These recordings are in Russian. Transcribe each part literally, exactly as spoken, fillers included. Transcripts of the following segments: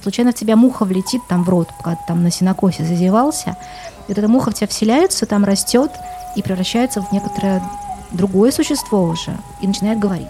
случайно в тебя муха влетит там в рот, пока ты там на сенокосе зазевался, и вот эта муха в тебя вселяется, там растет и превращается в некоторое другое существо уже и начинает говорить.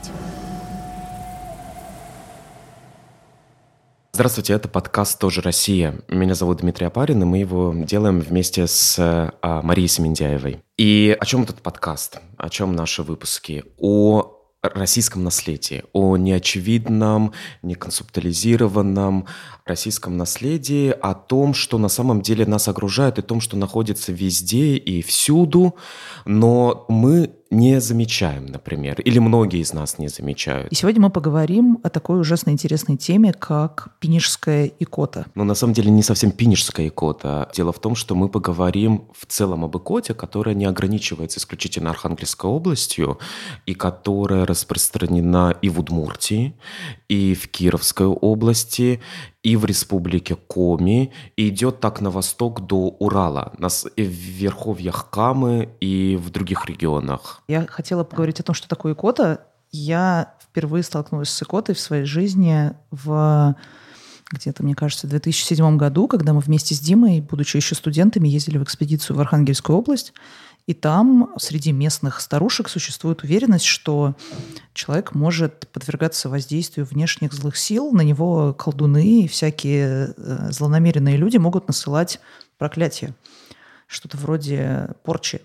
Здравствуйте, это подкаст «Тоже Россия». Меня зовут Дмитрий Опарин, и мы его делаем вместе с а, Марией Семендяевой. И о чем этот подкаст? О чем наши выпуски? О российском наследии, о неочевидном, неконцептуализированном российском наследии, о том, что на самом деле нас окружает, и о том, что находится везде и всюду, но мы не замечаем, например, или многие из нас не замечают. И сегодня мы поговорим о такой ужасно интересной теме, как пинежская икота. Но на самом деле не совсем пинежская икота. Дело в том, что мы поговорим в целом об икоте, которая не ограничивается исключительно Архангельской областью, и которая распространена и в Удмуртии, и в Кировской области, и в республике Коми, и идет так на восток до Урала, и в верховьях Камы, и в других регионах. Я хотела поговорить о том, что такое икота. Я впервые столкнулась с икотой в своей жизни в где-то, мне кажется, в две тысячи седьмом году, когда мы вместе с Димой, будучи еще студентами, ездили в экспедицию в Архангельскую область. И там среди местных старушек существует уверенность, что человек может подвергаться воздействию внешних злых сил, на него колдуны и всякие злонамеренные люди могут насылать проклятия, что-то вроде порчи.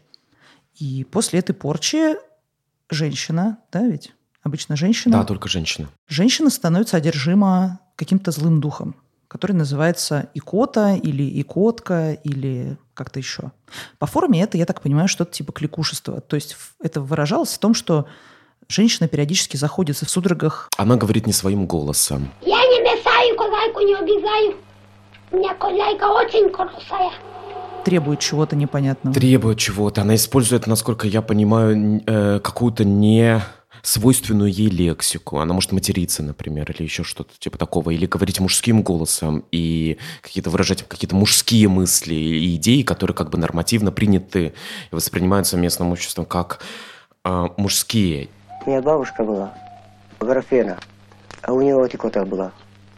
И после этой порчи женщина, да ведь? Обычно женщина. Да, только женщина. Женщина становится одержима каким-то злым духом, который называется икота или икотка или как-то еще. По форме это, я так понимаю, что-то типа кликушества. То есть это выражалось в том, что женщина периодически заходится в судорогах. Она говорит не своим голосом. Я не бесаю, козайку не обижаю. У меня козайка очень хорошая. Требует чего-то непонятного. Требует чего-то. Она использует, насколько я понимаю, э, какую-то не... свойственную ей лексику. Она может материться, например, или еще что-то типа такого, или говорить мужским голосом и какие-то выражать какие-то мужские мысли и идеи, которые как бы нормативно приняты и воспринимаются местным обществом как э, мужские. У меня бабушка была, Аграфена, а у нее вот икота была.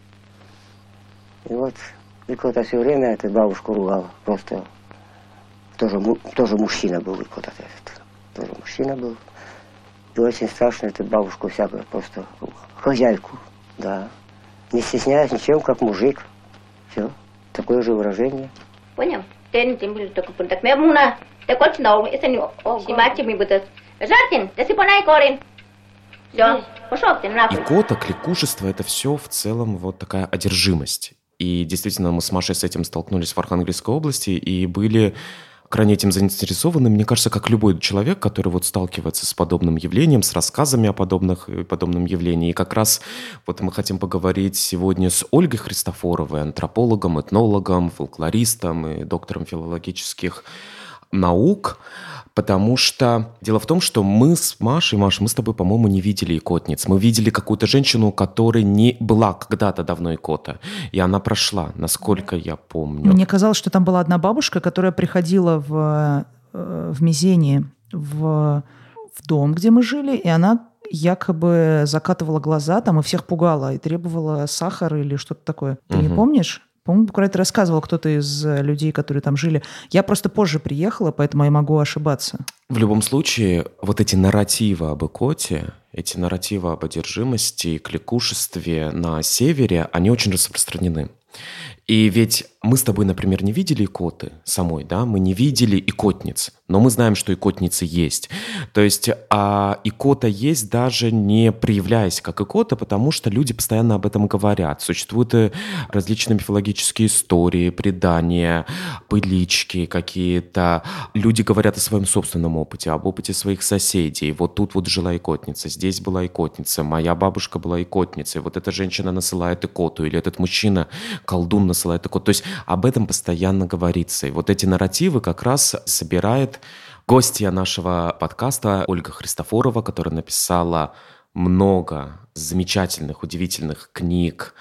И вот икота все время эту бабушку ругала. Просто тоже, тоже мужчина был икота. Тоже мужчина был. И очень страшно эту бабушку всякую, просто хозяйку, да. Не стесняясь ничем, как мужик. Все, такое же выражение. Понял? Ты тем более только так меня муна. Ты хочешь нового, если не снимать мы будем. Жартин, ты сипонай корень. Все, пошел ты нахуй. Икота, кликушество – это все в целом вот такая одержимость. И действительно мы с Машей с этим столкнулись в Архангельской области и были крайне этим заинтересованы, мне кажется, как любой человек, который вот сталкивается с подобным явлением, с рассказами о подобных, подобном явлении. И как раз вот мы хотим поговорить сегодня с Ольгой Христофоровой, антропологом, этнологом, фольклористом и доктором филологических наук, потому что дело в том, что мы с Машей, Маша, мы с тобой, по-моему, не видели икотниц. Мы видели какую-то женщину, которая не была когда-то давно икота, и она прошла, насколько я помню. Мне казалось, что там была одна бабушка, которая приходила в, в Мизени, в, в дом, где мы жили, и она якобы закатывала глаза там и всех пугала, и требовала сахар или что-то такое. Ты угу. не помнишь? По-моему, про это рассказывал кто-то из людей, которые там жили. Я просто позже приехала, поэтому я могу ошибаться. В любом случае, вот эти нарративы об икоте, эти нарративы об одержимости и кликушестве на севере, они очень распространены. И ведь мы с тобой, например, не видели икоты самой, да, мы не видели икотниц, но мы знаем, что икотницы есть. То есть а икота есть, даже не проявляясь как икота, потому что люди постоянно об этом говорят. Существуют различные мифологические истории, предания, былички какие-то. Люди говорят о своем собственном опыте, об опыте своих соседей. Вот тут вот жила икотница, здесь была икотница, моя бабушка была икотницей, вот эта женщина насылает икоту, или этот мужчина, колдун, насылает икоту. То есть об этом постоянно говорится. И вот эти нарративы как раз собирает гостья нашего подкаста Ольга Христофорова, которая написала много замечательных, удивительных книг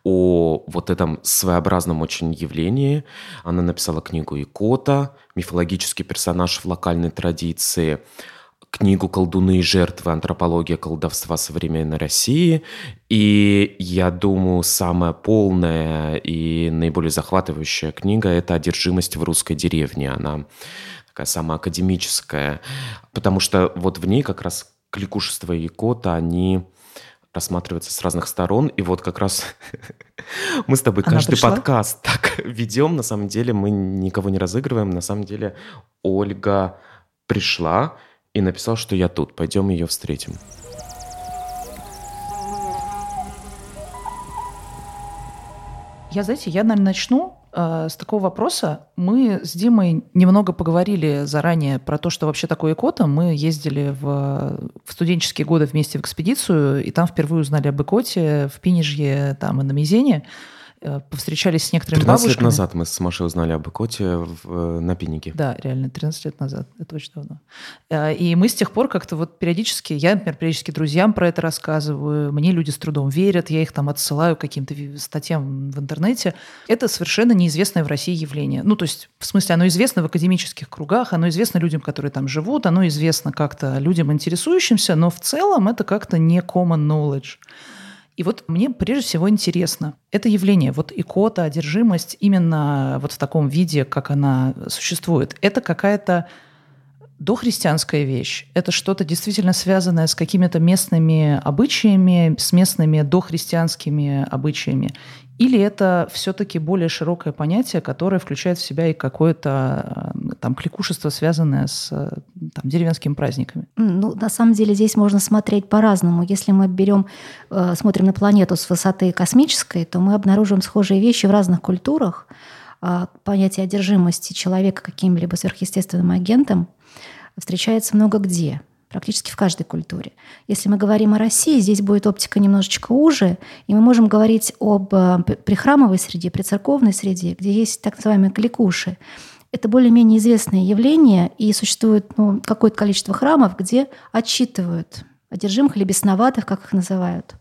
о вот этом своеобразном очень явлении. Она написала книгу «Икота», мифологический персонаж в локальной традиции, книгу «Колдуны и жертвы. Антропология колдовства современной России». И я думаю, самая полная и наиболее захватывающая книга – это «Одержимость в русской деревне». Она такая самая академическая, потому что вот в ней как раз кликушество и икота, они рассматриваются с разных сторон. И вот как раз мы с тобой Она каждый пришла? подкаст так ведем. На самом деле мы никого не разыгрываем. На самом деле Ольга пришла и написала, что я тут. Пойдем ее встретим. Я, знаете, я, наверное, начну э, с такого вопроса. Мы с Димой немного поговорили заранее про то, что вообще такое икота. Мы ездили в, в студенческие годы вместе в экспедицию, и там впервые узнали об икоте в Пинежье там, и на Мизене. Э, повстречались с некоторыми тринадцать бабушками. лет назад мы с Машей узнали об икоте в, на Пиниге. Да, реально, тринадцать лет назад. Это очень давно. Э, И мы с тех пор как-то вот периодически, я, например, периодически друзьям про это рассказываю, мне люди с трудом верят, я их там отсылаю к каким-то ви- статьям в интернете. Это совершенно неизвестное в России явление. Ну, то есть, в смысле, оно известно в академических кругах, оно известно людям, которые там живут, оно известно как-то людям, интересующимся, но в целом это как-то не common knowledge. И вот мне прежде всего интересно, это явление, вот икота, одержимость, именно вот в таком виде, как она существует, это какая-то дохристианская вещь, это что-то действительно связанное с какими-то местными обычаями, с местными дохристианскими обычаями, или это все-таки более широкое понятие, которое включает в себя и какое-то там кликушество, связанное с там, деревенскими праздниками? Ну, на самом деле здесь можно смотреть по-разному. Если мы берем, э, смотрим на планету с высоты космической, то мы обнаруживаем схожие вещи в разных культурах. Э, понятие одержимости человека каким-либо сверхъестественным агентом встречается много где, практически в каждой культуре. Если мы говорим о России, здесь будет оптика немножечко уже, и мы можем говорить об э, прихрамовой среде, прицерковной среде, где есть так называемые кликуши. Это более-менее известное явление, и существует ну, какое-то количество храмов, где отчитывают одержимых или бесноватых, как их называют.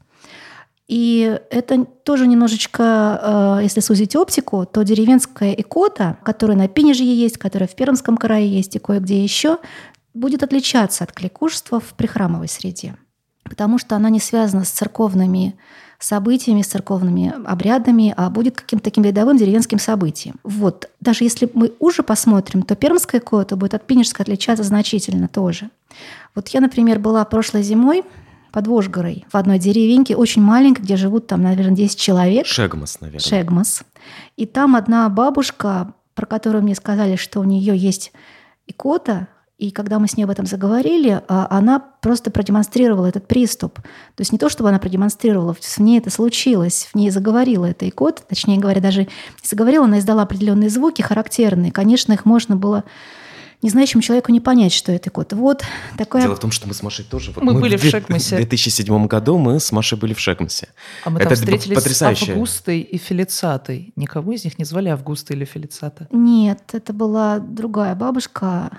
И это тоже немножечко, э, если сузить оптику, то деревенская икота, которая на Пинежье есть, которая в Пермском крае есть и кое-где еще, будет отличаться от кликушества в прихрамовой среде, потому что она не связана с церковными событиями, с церковными обрядами, а будет каким-то таким рядовым деревенским событием. Вот. Даже если мы уже посмотрим, то пермская икота будет от пинежской отличаться значительно тоже. Вот я, например, была прошлой зимой под Вожгорой в одной деревеньке, очень маленькой, где живут там, наверное, десять человек. Шегмас, наверное. Шегмас. И там одна бабушка, про которую мне сказали, что у нее есть икота, и когда мы с ней об этом заговорили, она просто продемонстрировала этот приступ. То есть не то, чтобы она продемонстрировала, в ней это случилось, в ней заговорила эта икота, точнее говоря, даже не заговорила, она издала определенные звуки характерные. Конечно, их можно было незнающему человеку не понять, что это икота. Вот такое... Дело в том, что мы с Машей тоже... Мы, мы были в Шегмасе. В две тысячи седьмом году мы с Машей были в Шегмасе. А мы это там встретились потрясающе. с Августой и Фелицатой. Никого из них не звали Августа или Фелицата? Нет, это была другая бабушка.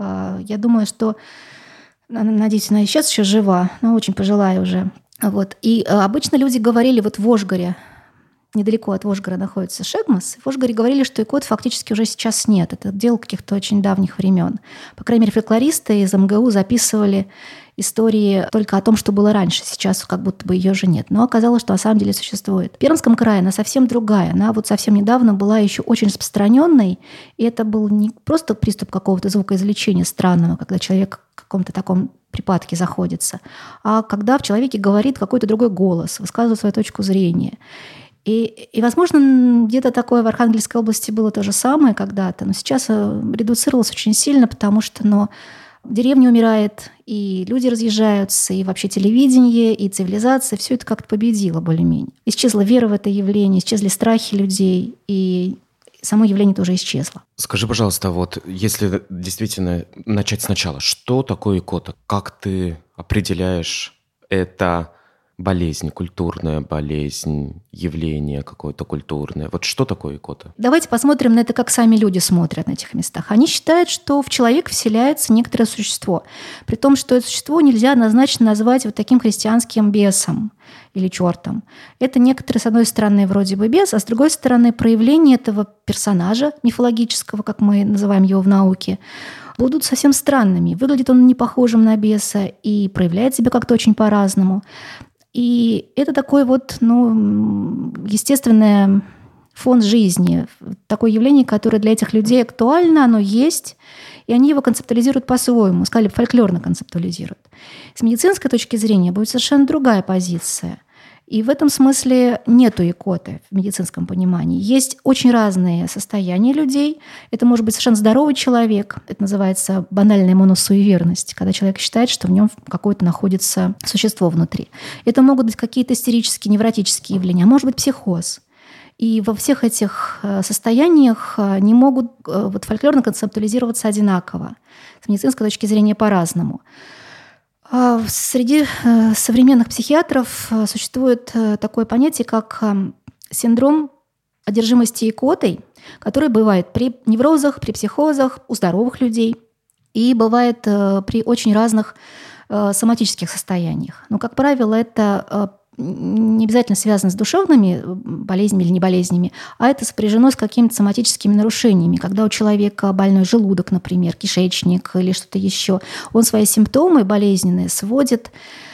Я думаю, что, надеюсь, она и сейчас еще жива, но очень пожилая уже. Вот. И обычно люди говорили вот в Вожгоре, недалеко от Вожгора находится Шегмас, в Вожгоре говорили, что икот фактически уже сейчас нет. Это дело каких-то очень давних времен. По крайней мере, фольклористы из эм гэ у записывали истории только о том, что было раньше. Сейчас как будто бы ее же нет. Но оказалось, что на самом деле существует. В Пермском крае она совсем другая. Она вот совсем недавно была еще очень распространенной. И это был не просто приступ какого-то звукоизвлечения странного, когда человек в каком-то таком припадке заходится, а когда в человеке говорит какой-то другой голос, высказывает свою точку зрения. И, и, возможно, где-то такое в Архангельской области было то же самое когда-то, но сейчас редуцировалось очень сильно, потому что ну, деревня умирает, и люди разъезжаются, и вообще телевидение, и цивилизация, все это как-то победило более-менее. Исчезла вера в это явление, исчезли страхи людей, и само явление тоже исчезло. Скажи, пожалуйста, вот если действительно начать сначала, что такое икота? Как ты определяешь это... Болезнь, культурная болезнь, явление какое-то культурное. Вот что такое икота? Давайте посмотрим на это, как сами люди смотрят на этих местах. Они считают, что в человека вселяется некоторое существо. При том, что это существо нельзя однозначно назвать вот таким христианским бесом или чертом. Это некоторые, с одной стороны, вроде бы бес, а с другой стороны, проявление этого персонажа мифологического, как мы называем его в науке, будут совсем странными. Выглядит он не похожим на беса и проявляет себя как-то очень по-разному. И это такой вот, ну, естественный фон жизни, такое явление, которое для этих людей актуально, оно есть, и они его концептуализируют по-своему, сказали, фольклорно концептуализируют. С медицинской точки зрения будет совершенно другая позиция. И в этом смысле нету икоты в медицинском понимании. Есть очень разные состояния людей. Это может быть совершенно здоровый человек. Это называется банальная моносуеверность, когда человек считает, что в нем какое-то находится существо внутри. Это могут быть какие-то истерические, невротические явления, а может быть психоз. И во всех этих состояниях не могут вот, фольклорно концептуализироваться одинаково. С медицинской точки зрения по-разному. Среди современных психиатров существует такое понятие, как синдром одержимости икотой, который бывает при неврозах, при психозах, у здоровых людей и бывает при очень разных соматических состояниях. Но, как правило, это не обязательно связано с душевными болезнями или неболезнями, а это сопряжено с какими-то соматическими нарушениями. Когда у человека больной желудок, например, кишечник или что-то еще, он свои симптомы болезненные сводит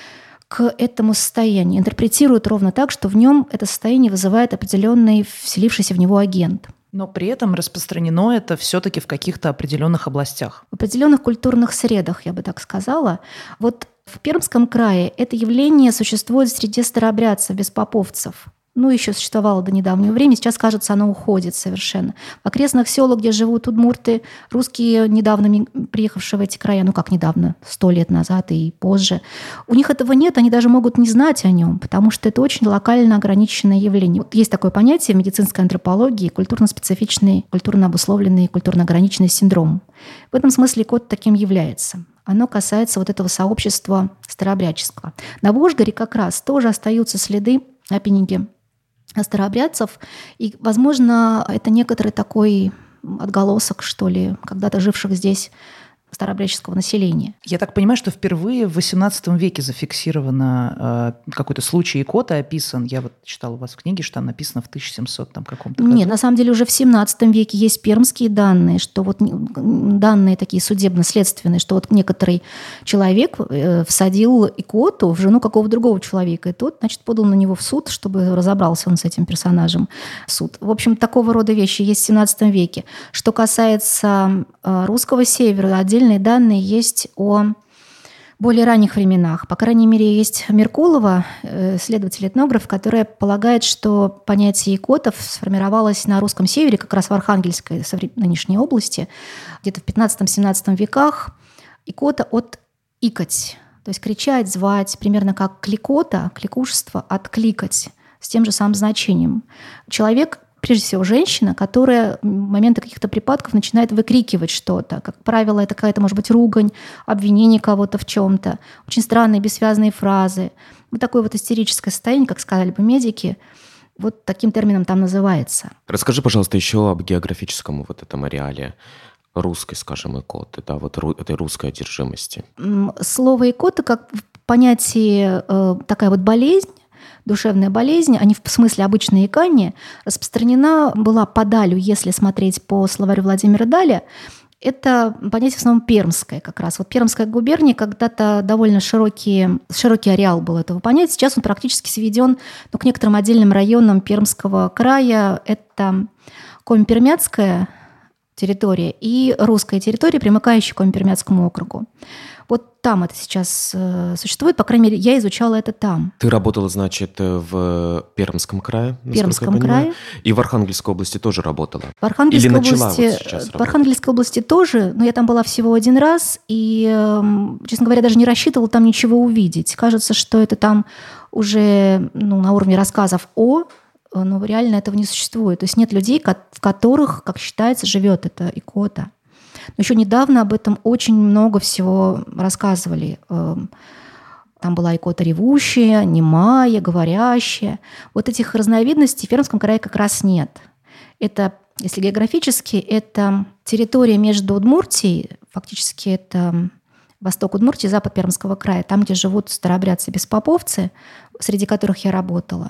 к этому состоянию, интерпретирует ровно так, что в нем это состояние вызывает определенный вселившийся в него агент. Но при этом распространено это все-таки в каких-то определенных областях. В определенных культурных средах, я бы так сказала. Вот в Пермском крае это явление существует среди старообрядцев, беспоповцев. Ну, еще существовало до недавнего времени, сейчас, кажется, оно уходит совершенно. В окрестных селах, где живут удмурты, русские, недавно приехавшие в эти края, ну как недавно, сто лет назад и позже, у них этого нет, они даже могут не знать о нем, потому что это очень локально ограниченное явление. Вот есть такое понятие в медицинской антропологии культурно-специфичный, культурно обусловленный, культурно ограниченный синдром. В этом смысле код таким является. Оно касается вот этого сообщества старообрядческого. На Вожгаре как раз тоже остаются следы аппенинги старообрядцев, и, возможно, это некоторый такой отголосок, что ли, когда-то живших здесь старообрядческого населения. Я так понимаю, что впервые в восемнадцатом веке зафиксировано э, какой-то случай икоты описан. Я вот читала у вас в книге, что там написано в тысяча семисотом там, каком-то году. Нет, на самом деле уже в семнадцатом веке есть пермские данные, что вот данные такие судебно-следственные, что вот некоторый человек э, всадил икоту в жену какого-то другого человека, и тот, значит, подал на него в суд, чтобы разобрался он с этим персонажем в суд. В общем, такого рода вещи есть в семнадцатом веке. Что касается э, русского севера, отдельно данные есть о более ранних временах. По крайней мере, есть Меркулова, следователь-этнограф, которая полагает, что понятие икотов сформировалось на русском севере, как раз в Архангельской, нынешней области, где-то в пятнадцатом-семнадцатом веках. Икота от икать, то есть кричать, звать, примерно как кликота, кликушество, откликать, с тем же самым значением. Человек, прежде всего, женщина, которая в моменты каких-то припадков начинает выкрикивать что-то. Как правило, это какая-то, может быть, ругань, обвинение кого-то в чем-то, очень странные бессвязные фразы. Вот такое вот истерическое состояние, как сказали бы медики, вот таким термином там называется. Расскажи, пожалуйста, еще об географическом вот этом ареале русской, скажем, икоты, да, вот этой русской одержимости. Слово икота как понятие э, такая вот болезнь, душевная болезнь, а не в смысле обычное икание, распространена была по Далю, если смотреть по словарю Владимира Даля. Это понятие в основном пермское как раз. Вот Пермская губерния когда-то довольно широкий, широкий ареал был этого понятия. Сейчас он практически сведен ну, к некоторым отдельным районам Пермского края. Это Коми-Пермяцкая территория и русская территория, примыкающая к Коми-Пермяцкому округу. Вот там это сейчас э, существует, по крайней мере, я изучала это там. Ты работала, значит, в Пермском крае? В Пермском крае. И в Архангельской области тоже работала? В Архангельской, Или начала области, вот сейчас работать? В Архангельской области тоже, но я там была всего один раз, и, э, честно говоря, даже не рассчитывала там ничего увидеть. Кажется, что это там уже ну, на уровне рассказов о, но реально этого не существует. То есть нет людей, в которых, как считается, живет эта икота. Но еще недавно об этом очень много всего рассказывали. Там была икота ревущая, немая, говорящая. Вот этих разновидностей в Пермском крае как раз нет. Это, если географически, это территория между Удмуртией, фактически это восток Удмуртии, запад Пермского края, там, где живут старообрядцы-беспоповцы, среди которых я работала.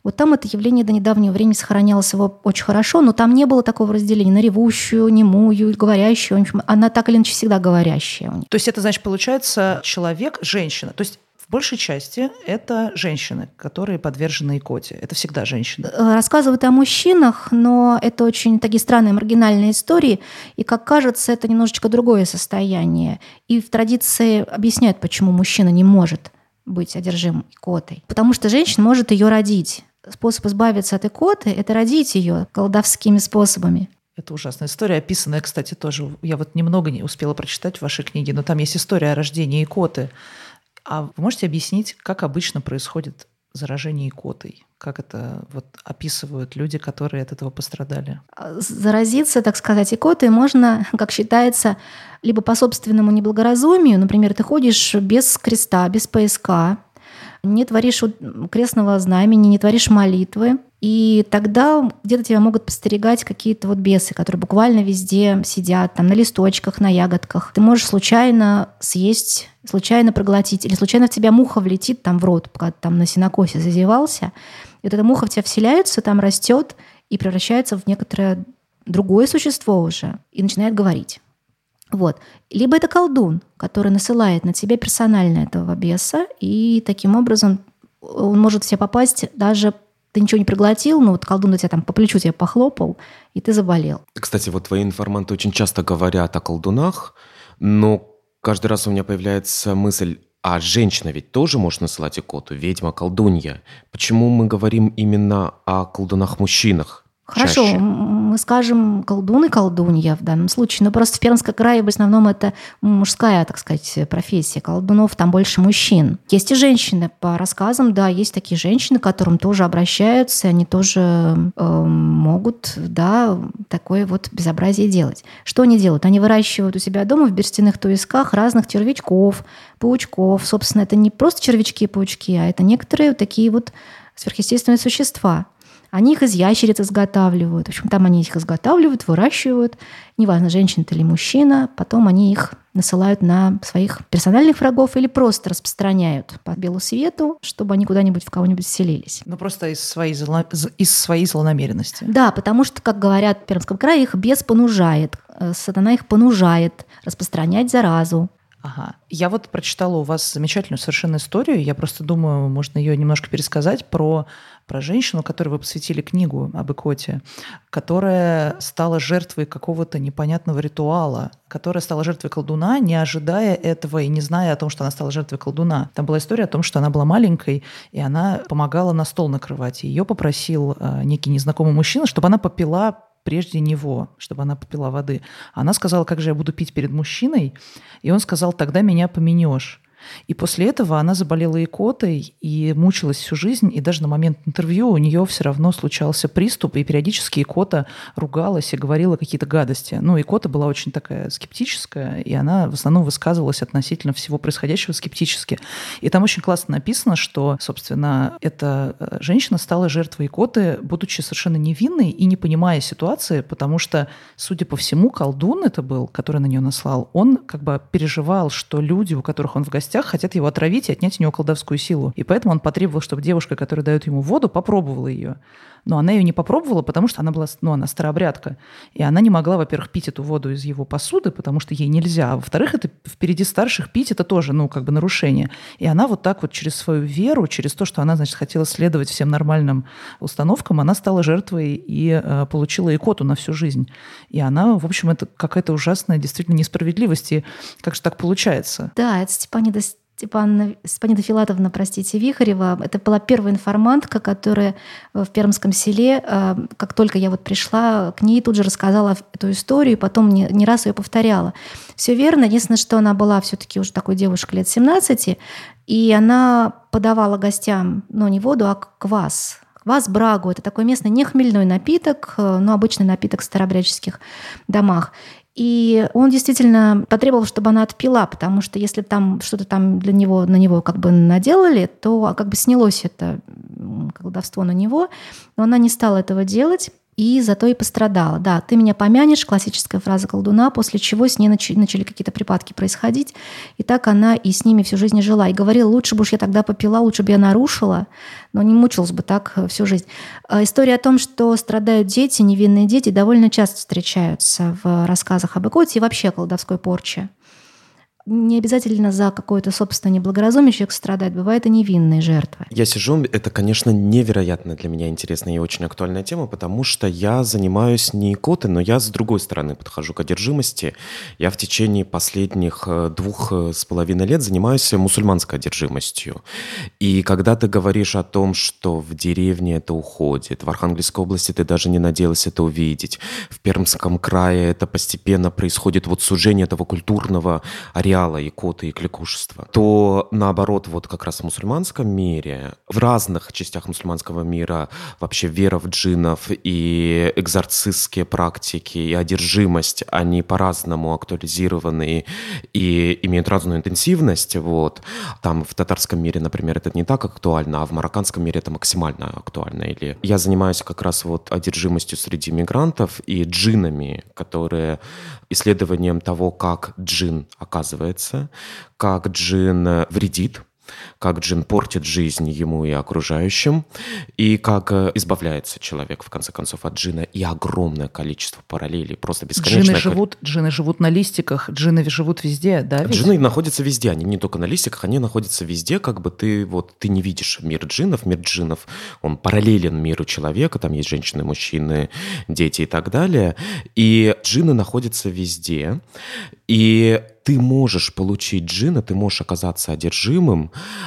Вот там это явление до недавнего времени сохранялось его очень хорошо, но там не было такого разделения на ревущую, немую, говорящую. В общем, она так или иначе всегда говорящая. То есть это, значит, получается человек, женщина. То есть в большей части это женщины, которые подвержены икоте. Это всегда женщины. Рассказывают о мужчинах, но это очень такие странные маргинальные истории. И, как кажется, это немножечко другое состояние. И в традиции объясняют, почему мужчина не может быть одержим икотой. Потому что женщина может ее родить. Способ избавиться от икоты – это родить ее колдовскими способами. Это ужасная история, описанная, кстати, тоже. Я вот немного не успела прочитать в вашей книге, но там есть история о рождении икоты. А вы можете объяснить, как обычно происходит заражение икотой? Как это вот описывают люди, которые от этого пострадали? Заразиться, так сказать, икотой можно, как считается, либо по собственному неблагоразумию. Например, ты ходишь без креста, без пояска, не творишь крестного знамени, не творишь молитвы. И тогда где-то тебя могут подстерегать какие-то вот бесы, которые буквально везде сидят, там на листочках, на ягодках. Ты можешь случайно съесть, случайно проглотить, или случайно в тебя муха влетит там в рот, пока ты там на сенокосе зазевался. И вот эта муха в тебя вселяется, там растет и превращается в некоторое другое существо уже и начинает говорить. Вот. Либо это колдун, который насылает на тебя персонально этого беса, и таким образом он может в тебя попасть даже... Ты ничего не проглотил, но вот колдун у тебя там по плечу тебя похлопал, и ты заболел. Кстати, вот твои информанты очень часто говорят о колдунах, но каждый раз у меня появляется мысль, а женщина ведь тоже может насылать икоту, ведьма, колдунья. Почему мы говорим именно о колдунах-мужчинах? Хорошо, чаще? Мы скажем колдун и колдунья в данном случае, но просто в Пермском крае в основном это мужская, так сказать, профессия. Колдунов там больше мужчин. Есть и женщины, по рассказам, да, есть такие женщины, к которым тоже обращаются, они тоже э, могут, да, такое вот безобразие делать. Что они делают? Они выращивают у себя дома в берестяных туисках разных червячков, паучков. Собственно, это не просто червячки и паучки, а это некоторые вот такие вот сверхъестественные существа. Они их из ящериц изготавливают. В общем, там они их изготавливают, выращивают. Неважно, женщина это или мужчина. Потом они их насылают на своих персональных врагов или просто распространяют по белу свету, чтобы они куда-нибудь в кого-нибудь вселились. Ну, просто из своей, зло... из своей злонамеренности. Да, потому что, как говорят в Пермском крае, их бес понужает. Сатана их понужает распространять заразу. Ага. Я вот прочитала у вас замечательную совершенно историю. Я просто думаю, можно ее немножко пересказать про, про женщину, которой вы посвятили книгу об икоте, которая стала жертвой какого-то непонятного ритуала, которая стала жертвой колдуна, не ожидая этого и не зная о том, что она стала жертвой колдуна. Там была история о том, что она была маленькой, и она помогала на стол накрывать. Ее попросил э, некий незнакомый мужчина, чтобы она попила прежде него, чтобы она попила воды. Она сказала, как же я буду пить перед мужчиной? И он сказал, тогда меня поменешь. И после этого она заболела икотой и мучилась всю жизнь, и даже на момент интервью у нее все равно случался приступ, и периодически икота ругалась и говорила какие-то гадости. Ну, икота была очень такая скептическая, и она в основном высказывалась относительно всего происходящего скептически. И там очень классно написано, что, собственно, эта женщина стала жертвой икоты, будучи совершенно невинной и не понимая ситуации, потому что, судя по всему, колдун это был, который на нее наслал, он как бы переживал, что люди, у которых он в гостях, хотят его отравить и отнять у него колдовскую силу. И поэтому он потребовал, чтобы девушка, которая дает ему воду, попробовала ее. Но она ее не попробовала, потому что она была, ну, она старообрядка. И она не могла, во-первых, пить эту воду из его посуды, потому что ей нельзя. А во-вторых, это впереди старших пить, это тоже, ну, как бы нарушение. И она вот так вот через свою веру, через то, что она, значит, хотела следовать всем нормальным установкам, она стала жертвой и э, получила икоту на всю жизнь. И она, в общем, это какая-то ужасная действительно несправедливость. И как же так получается? Да, это Степанида Степановна, Степанида Филатовна, простите, Вихарева. Это была первая информантка, которая в Пермском селе, как только я вот пришла к ней, тут же рассказала эту историю, и потом не, не раз ее повторяла. Все верно. Единственное, что она была все-таки уже такой девушкой лет семнадцати, и она подавала гостям, ну, не воду, а квас. Квас брагу – это такой местный нехмельной напиток, но обычный напиток в старообрядческих домах. И он действительно потребовал, чтобы она отпила, потому что если там что-то там для него, на него как бы наделали, то как бы снялось это колдовство на него. Но она не стала этого делать. и зато и пострадала. Да, ты меня помянешь, классическая фраза колдуна, после чего с ней начали, начали какие-то припадки происходить, и так она и с ними всю жизнь жила. И говорила, лучше бы уж я тогда попила, лучше бы я нарушила, но не мучилась бы так всю жизнь. История о том, что страдают дети, невинные дети, довольно часто встречаются в рассказах об икоте и вообще о колдовской порче. Не обязательно за какое-то собственное неблагоразумие человек страдает, бывают и невинные жертвы. Я сижу, это, конечно, невероятно для меня интересная и очень актуальная тема, потому что я занимаюсь не икотой, но я с другой стороны подхожу к одержимости. Я в течение последних двух с половиной лет занимаюсь мусульманской одержимостью. И когда ты говоришь о том, что в деревне это уходит, в Архангельской области ты даже не надеялась это увидеть, в Пермском крае это постепенно происходит вот сужение этого культурного ареала, икоты и кликушества, то наоборот, вот как раз в мусульманском мире, в разных частях мусульманского мира вообще вера в джиннов и экзорцистские практики, и одержимость, они по-разному актуализированы и имеют разную интенсивность. Вот. Там в татарском мире, например, это не так актуально, а в марокканском мире это максимально актуально. Или я занимаюсь как раз вот одержимостью среди мигрантов и джиннами, которые исследованием того, как джин оказывается, как джин вредит, как джин портит жизнь ему и окружающим, и как избавляется человек, в конце концов, от джина. И огромное количество параллелей, просто бесконечное. Джины живут, джины живут на листиках, джины живут везде, да? Ведь? Джины находятся везде, они не только на листиках, они находятся везде, как бы ты, вот, ты не видишь мир джинов, мир джинов, он параллелен миру человека, там есть женщины, мужчины, дети и так далее, и джины находятся везде, и ты можешь получить джина, ты можешь оказаться одержимым,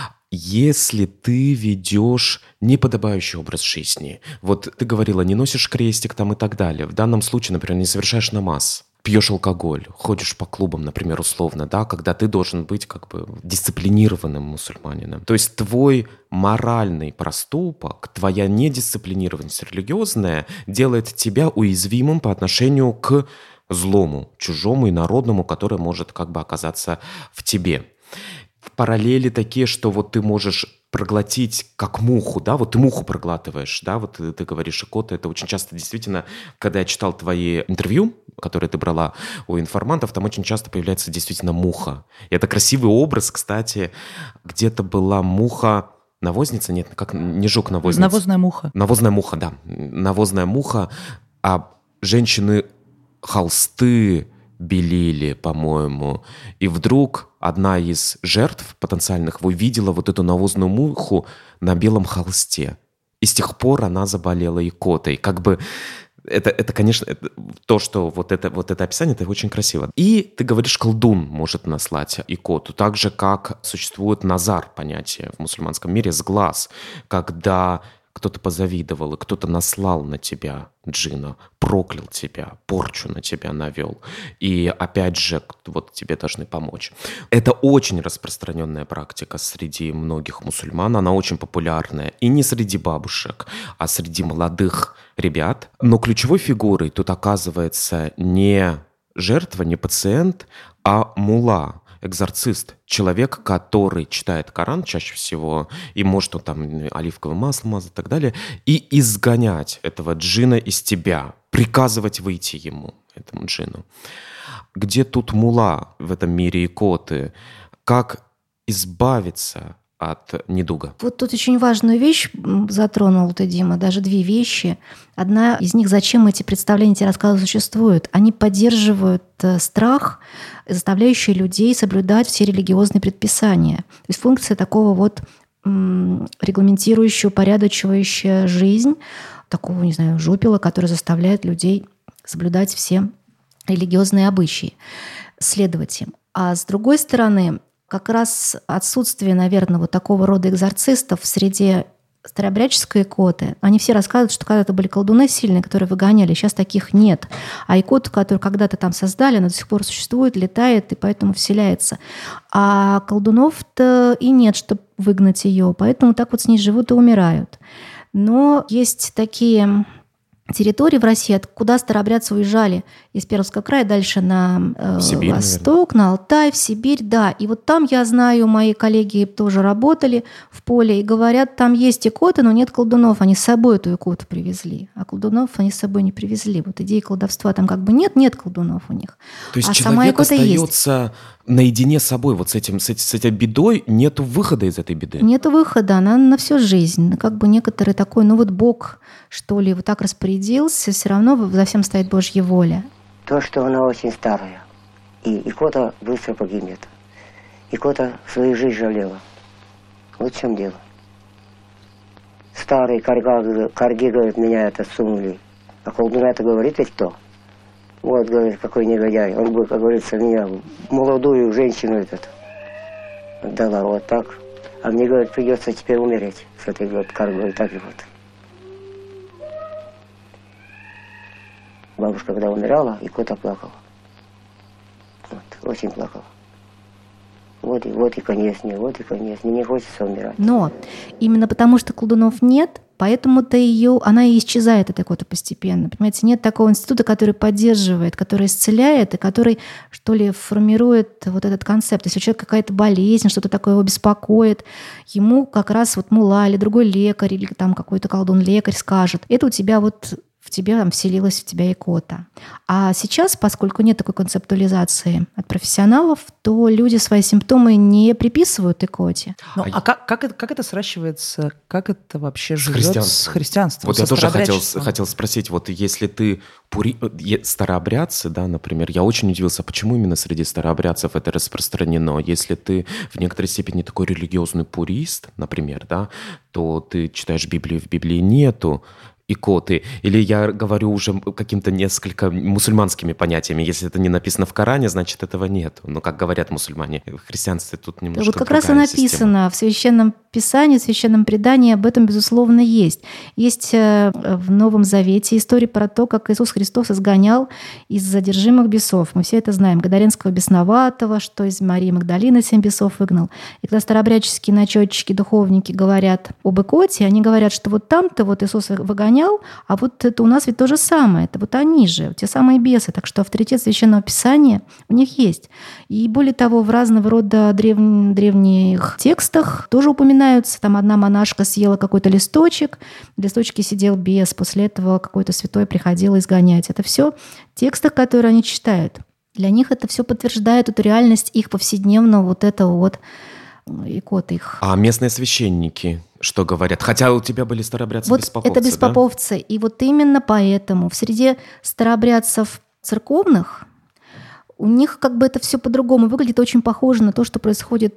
если ты ведешь неподобающий образ жизни. Вот ты говорила, не носишь крестик там и так далее. В данном случае, например, не совершаешь намаз, пьешь алкоголь, ходишь по клубам, например, условно, да, когда ты должен быть как бы дисциплинированным мусульманином. То есть твой моральный проступок, твоя недисциплинированность религиозная делает тебя уязвимым по отношению к злому, чужому и народному, который может как бы оказаться в тебе. Параллели такие, что вот ты можешь проглотить как муху, да, вот ты муху проглатываешь, да, вот ты, ты говоришь икота, это очень часто действительно, когда я читал твои интервью, которые ты брала у информантов, там очень часто появляется действительно муха. И это красивый образ, кстати, где-то была муха, навозница, нет, как не жук-навозница. Навозная муха. Навозная муха, да, навозная муха, а женщины холсты белили, по-моему, и вдруг одна из жертв потенциальных увидела вот эту навозную муху на белом холсте. И с тех пор она заболела икотой. Как бы это, это конечно, это, то, что вот это, вот это описание, это очень красиво. И ты говоришь, колдун может наслать икоту. Так же, как существует назар, понятие в мусульманском мире, сглаз, когда кто-то позавидовал, и кто-то наслал на тебя джина, проклял тебя, порчу на тебя навел. И опять же, вот тебе должны помочь. Это очень распространенная практика среди многих мусульман. Она очень популярная. И не среди бабушек, а среди молодых ребят. Но ключевой фигурой тут оказывается не жертва, не пациент, а мулла. Экзорцист, человек, который читает Коран чаще всего, и может он там оливковым маслом мазать и так далее, и изгонять этого джина из тебя, приказывать выйти ему, этому джину. Где тут мулла в этом мире икоты? Как избавиться от недуга? Вот тут очень важную вещь затронул ты, Дима, даже две вещи. Одна из них, зачем эти представления, эти рассказы существуют? Они поддерживают страх, заставляющий людей соблюдать все религиозные предписания. То есть функция такого вот регламентирующего, упорядочивающего жизнь, такого, не знаю, жупела, который заставляет людей соблюдать все религиозные обычаи, следовать им. А с другой стороны, как раз отсутствие, наверное, вот такого рода экзорцистов в среде старообрядческой икоты, они все рассказывают, что когда-то были колдуны сильные, которые выгоняли, сейчас таких нет. А икоту, которую когда-то там создали, она до сих пор существует, летает и поэтому вселяется. А колдунов-то и нет, чтобы выгнать ее, поэтому так вот с ней живут и умирают. Но есть такие территорий в России, куда старообрядцы уезжали из Пермского края дальше на э, Сибирь, восток, наверное. на Алтай, в Сибирь, да. И вот там, я знаю, мои коллеги тоже работали в поле и говорят, там есть икоты, но нет колдунов. Они с собой эту икоту привезли, а колдунов они с собой не привезли. Вот идеи колдовства там как бы нет, нет колдунов у них. То есть а сама человек икота остается есть. наедине с собой, вот с, этим, с, с этой бедой, нету выхода из этой беды. Нету выхода, она на всю жизнь. Как бы некоторый такой, ну вот Бог, что ли, вот так распорядился, все равно за всем стоит Божья воля. То, что она очень старая, и икота быстро погибнет. Икота свою жизнь жалела. Вот в чем дело. Старые карга, карги, говорит, меня это сунули. А колдуна это говорит ведь кто? Вот, говорит, какой негодяй. Он бы, как говорится, меня, молодую женщину этот, отдала вот так. А мне, говорит, придется теперь умереть с этой вот каргой. Так и вот. Бабушка, когда умирала, икота плакала. Вот, очень плакала. Вот и, вот и конец мне, вот и конец. Мне не хочется умирать. Но именно потому, что колдунов нет, поэтому-то ее, она и исчезает, эта икота, постепенно. Понимаете, нет такого института, который поддерживает, который исцеляет и который, что ли, формирует вот этот концепт. Если у человека какая-то болезнь, что-то такое его беспокоит, ему как раз вот мула или другой лекарь, или там какой-то колдун-лекарь скажет, это у тебя вот в тебе там вселилась в тебя икота. А сейчас, поскольку нет такой концептуализации от профессионалов, то люди свои симптомы не приписывают икоте. Ну, А а как, как, это, как это сращивается, как это вообще С живет христианством. с христианством? Вот со я тоже хотел, старообрядчеством? хотел спросить, вот если ты пури... е- старообрядцы, да, например, я очень удивился, почему именно среди старообрядцев это распространено. Если ты в некоторой степени такой религиозный пурист, например, да, то ты читаешь Библию, в Библии нету икоты. Или я говорю уже каким-то несколько мусульманскими понятиями. Если это не написано в Коране, значит, этого нет. Но, как говорят мусульмане, в христианстве тут немножко Вот как другая раз и написано система. в Священном Писании, в Священном предании об этом, безусловно, есть. Есть э, в Новом Завете история про то, как Иисус Христос изгонял из задержимых бесов. Мы все это знаем. Гадаренского бесноватого, что из Марии Магдалины семь бесов выгнал. И когда старообрядческие начетчики, духовники говорят об икоте, они говорят, что вот там-то вот Иисус выгонял, а вот это у нас ведь то же самое. Это вот они же, те самые бесы. Так что авторитет Священного Писания у них есть. И более того, в разного рода древ... древних текстах тоже упоминаются. Там одна монашка съела какой-то листочек, в листочке сидел бес, после этого какой-то святой приходил изгонять. Это все в текстах, которые они читают. Для них это все подтверждает эту реальность их повседневного вот этого вот икоты их. А местные священники что говорят? Хотя у тебя были старообрядцы вот беспоповцы, это беспоповцы. Да? И вот именно поэтому в среде старообрядцев церковных у них как бы это все по-другому выглядит, очень похоже на то, что происходит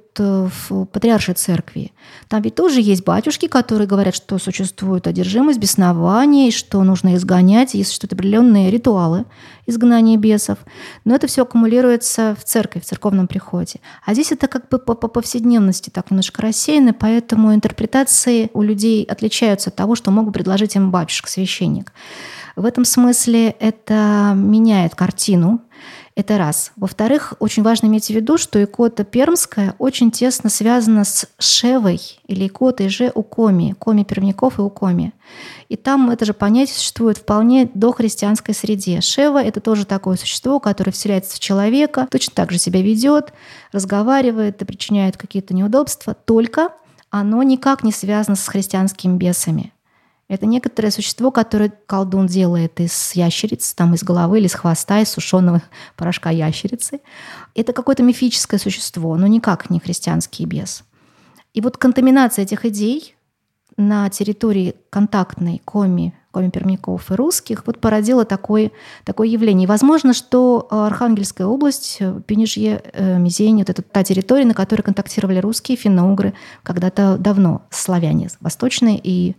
в патриаршей церкви. Там ведь тоже есть батюшки, которые говорят, что существует одержимость, беснование, что нужно изгонять, есть что-то определенные ритуалы изгнания бесов. Но это все аккумулируется в церкви, в церковном приходе. А здесь это как бы по, по повседневности так немножко рассеяно, поэтому интерпретации у людей отличаются от того, что могут предложить им батюшка-священник. В этом смысле это меняет картину. Это раз. Во-вторых, очень важно иметь в виду, что икота пермская очень тесно связана с шевой или икотой же у коми, коми пермяков и у коми. И там это же понятие существует вполне в дохристианской среде. Шева — это тоже такое существо, которое вселяется в человека, точно так же себя ведет, разговаривает и причиняет какие-то неудобства, только оно никак не связано с христианскими бесами. Это некоторое существо, которое колдун делает из ящериц, там, из головы или из хвоста, из сушеного порошка ящерицы. Это какое-то мифическое существо, но никак не христианский бес. И вот контаминация этих идей на территории контактной коми, коми-пермяков и русских вот породила такое, такое явление. И возможно, что Архангельская область, Пенежье, Мизень, вот это та территория, на которой контактировали русские, финно-угры когда-то давно, славяне восточные и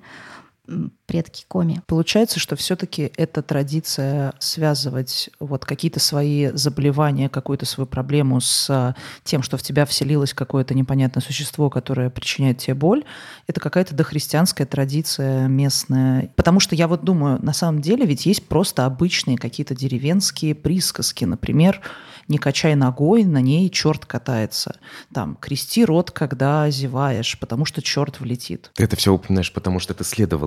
предки коми. Получается, что все-таки эта традиция связывать вот какие-то свои заболевания, какую-то свою проблему с тем, что в тебя вселилось какое-то непонятное существо, которое причиняет тебе боль, это какая-то дохристианская традиция местная. Потому что я вот думаю, на самом деле ведь есть просто обычные какие-то деревенские присказки. Например, не качай ногой, на ней черт катается. Там, крести рот, когда зеваешь, потому что черт влетит. Ты это все упоминаешь, потому что это следовало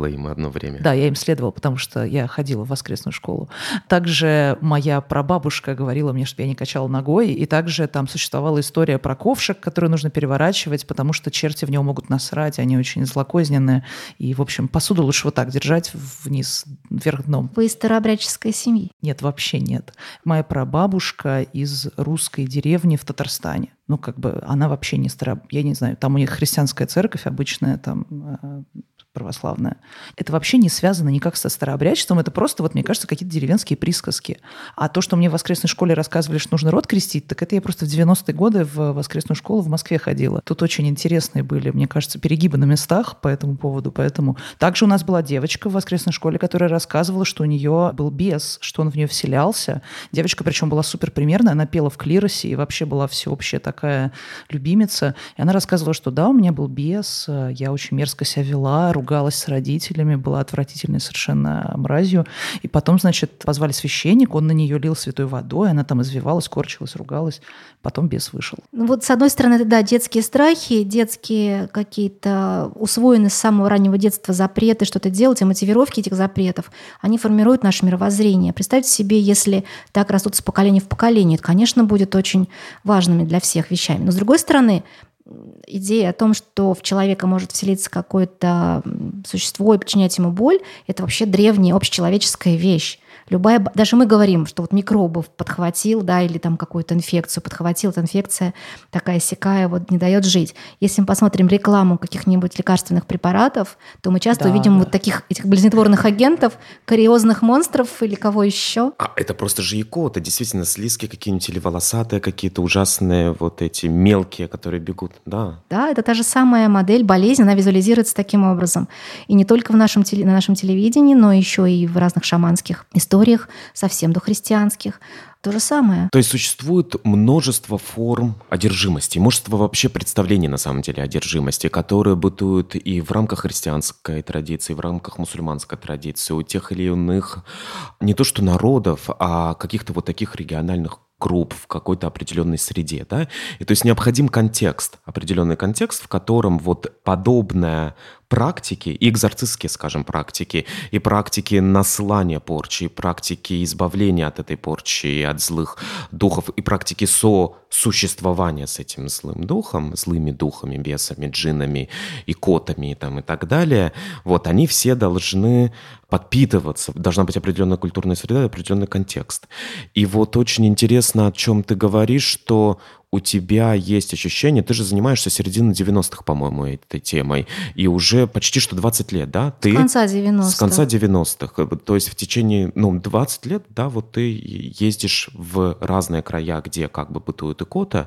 следовала им одно время. Да, я им следовала, потому что я ходила в воскресную школу. Также моя прабабушка говорила мне, чтобы я не качала ногой, и также там существовала история про ковшик, который нужно переворачивать, потому что черти в него могут насрать, они очень злокозненные. И, в общем, посуду лучше вот так держать вниз, вверх дном. Вы из старообрядческой семьи? Нет, вообще нет. Моя прабабушка из русской деревни в Татарстане. Ну, как бы она вообще не старая. Я не знаю, там у них христианская церковь обычная, там православная. Это вообще не связано никак со старообрядчеством, это просто, вот мне кажется, какие-то деревенские присказки. А то, что мне в воскресной школе рассказывали, что нужно род крестить, так это я просто в девяностые годы в воскресную школу в Москве ходила. Тут очень интересные были, мне кажется, перегибы на местах по этому поводу. Поэтому также у нас была девочка в воскресной школе, которая рассказывала, что у нее был бес, что он в нее вселялся. Девочка, причем, была супер примерная, она пела в клиросе и вообще была всеобщая такая любимица. И она рассказывала, что да, у меня был бес, я очень мерзко себя вела, ругалась с родителями, была отвратительной совершенно мразью. И потом, значит, позвали священника, он на нее лил святой водой, она там извивалась, корчилась, ругалась. Потом бес вышел. Ну вот, с одной стороны, это, да, детские страхи, детские какие-то усвоенные с самого раннего детства запреты, что-то делать, и мотивировки этих запретов, они формируют наше мировоззрение. Представьте себе, если так растут с поколения в поколение, это, конечно, будет очень важными для всех вещами. Но, с другой стороны, идея о том, что в человека может вселиться какое-то существо и причинять ему боль, это вообще древняя общечеловеческая вещь. Любая, даже мы говорим, что вот микробов подхватил, да, или там какую-то инфекцию подхватил, эта инфекция такая-сякая, вот не дает жить. Если мы посмотрим рекламу каких-нибудь лекарственных препаратов, то мы часто да, увидим да. вот таких этих болезнетворных агентов, кариозных монстров или кого еще. А это просто же икота, действительно, слизки какие-нибудь или волосатые какие-то ужасные вот эти мелкие, которые бегут, да. Да, это та же самая модель болезни, она визуализируется таким образом. И не только в нашем, теле, на нашем телевидении, но еще и в разных шаманских историях, совсем дохристианских. То же самое. То есть существует множество форм одержимости, множество вообще представлений на самом деле одержимости, которые бытуют и в рамках христианской традиции, и в рамках мусульманской традиции, у тех или иных не то что народов, а каких-то вот таких региональных групп в какой-то определенной среде, да, и то есть необходим контекст, определенный контекст, в котором вот подобная практики, и экзорцистские, скажем, практики, и практики наслания порчи, и практики избавления от этой порчи и от злых духов, и практики сосуществования с этим злым духом, злыми духами, бесами, джиннами, икотами и, там, и так далее, вот, они все должны подпитываться, должна быть определенная культурная среда и определенный контекст. И вот очень интересно, о чем ты говоришь, что у тебя есть ощущение, ты же занимаешься с середины девяностых, по-моему, этой темой, и уже почти что двадцать лет, да? Ты С конца девяностых. С конца девяностых. То есть в течение, ну, двадцать лет, да, вот ты ездишь в разные края, где как бы бытует икота,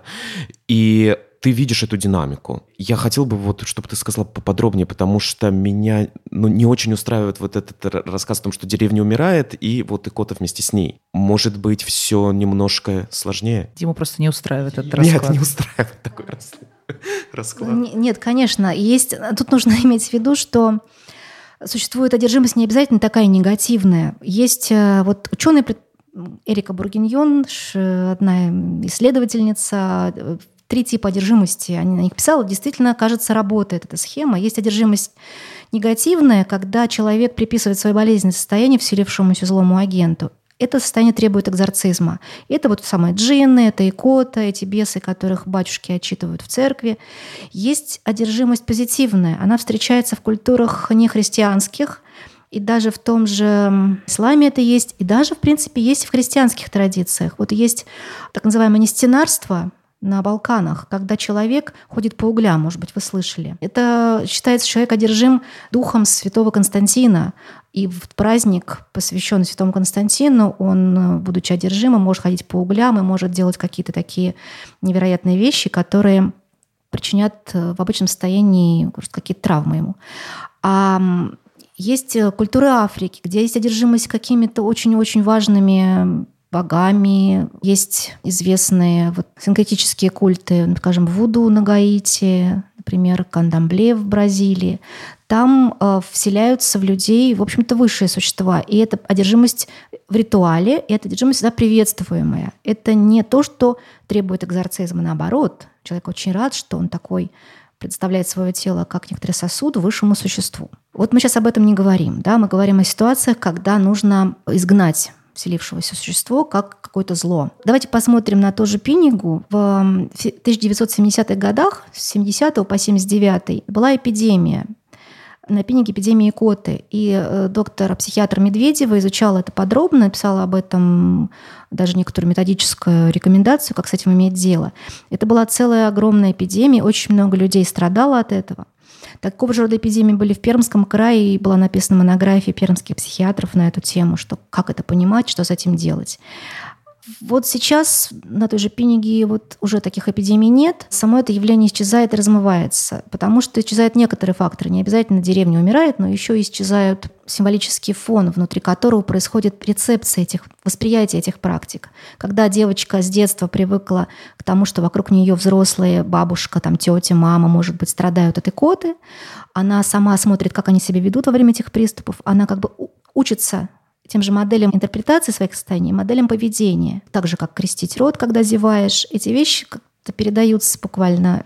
и ты видишь эту динамику. Я хотел бы, вот, чтобы ты сказала поподробнее, потому что меня, ну, не очень устраивает вот этот рассказ о том, что деревня умирает, и вот икота вместе с ней. Может быть, все немножко сложнее? Диму просто не устраивает этот расклад. Нет, не устраивает такой расклад. Нет, конечно. Есть, тут нужно иметь в виду, что существует одержимость не обязательно такая негативная. Есть вот ученые, Эрика Бургиньон, одна исследовательница, три типа одержимости, она на них писала, действительно, кажется, работает эта схема. Есть одержимость негативная, когда человек приписывает свое болезненное состояние вселившемуся злому агенту. Это состояние требует экзорцизма. Это вот самые джинны, это икота, эти бесы, которых батюшки отчитывают в церкви. Есть одержимость позитивная. Она встречается в культурах нехристианских, и даже в том же исламе это есть, и даже, в принципе, есть в христианских традициях. Вот есть так называемое нестенарство на Балканах, когда человек ходит по углям, может быть, вы слышали. Это считается, человек одержим духом святого Константина. И в праздник, посвященный святому Константину, он, будучи одержимым, может ходить по углям и может делать какие-то такие невероятные вещи, которые причинят в обычном состоянии какие-то травмы ему. А есть культуры Африки, где есть одержимость какими-то очень-очень важными богами. Есть известные вот синкретические культы, скажем, вуду на Гаити, например, кандамбле в Бразилии. Там э, вселяются в людей, в общем-то, высшие существа. И это одержимость в ритуале, и эта одержимость всегда приветствуемая. Это не то, что требует экзорцизма, наоборот. Человек очень рад, что он такой представляет свое тело как некоторый сосуд высшему существу. Вот мы сейчас об этом не говорим. Да? Мы говорим о ситуациях, когда нужно изгнать вселившегося существо как какое-то зло. Давайте посмотрим на ту же Пинигу. В тысяча девятьсот семидесятых годах, с семидесятого по семьдесят девятый, была эпидемия. На Пиниге эпидемия икоты. И доктор-психиатр Медведева изучала это подробно, написала об этом даже некоторую методическую рекомендацию, как с этим иметь дело. Это была целая огромная эпидемия, очень много людей страдало от этого. Такого же рода эпидемии были в Пермском крае, и была написана монография пермских психиатров на эту тему, что как это понимать, что с этим делать. Вот сейчас на той же Пиниге вот уже таких эпидемий нет. Само это явление исчезает и размывается, потому что исчезают некоторые факторы. Не обязательно деревня умирает, но еще исчезают символический фон, внутри которого происходит рецепция этих, восприятие этих практик. Когда девочка с детства привыкла к тому, что вокруг нее взрослые, бабушка, там, тетя, мама, может быть, страдают от икоты, она сама смотрит, как они себя ведут во время этих приступов, она как бы учится тем же моделям интерпретации своих состояний, моделям поведения. Так же, как крестить рот, когда зеваешь. Эти вещи как-то передаются буквально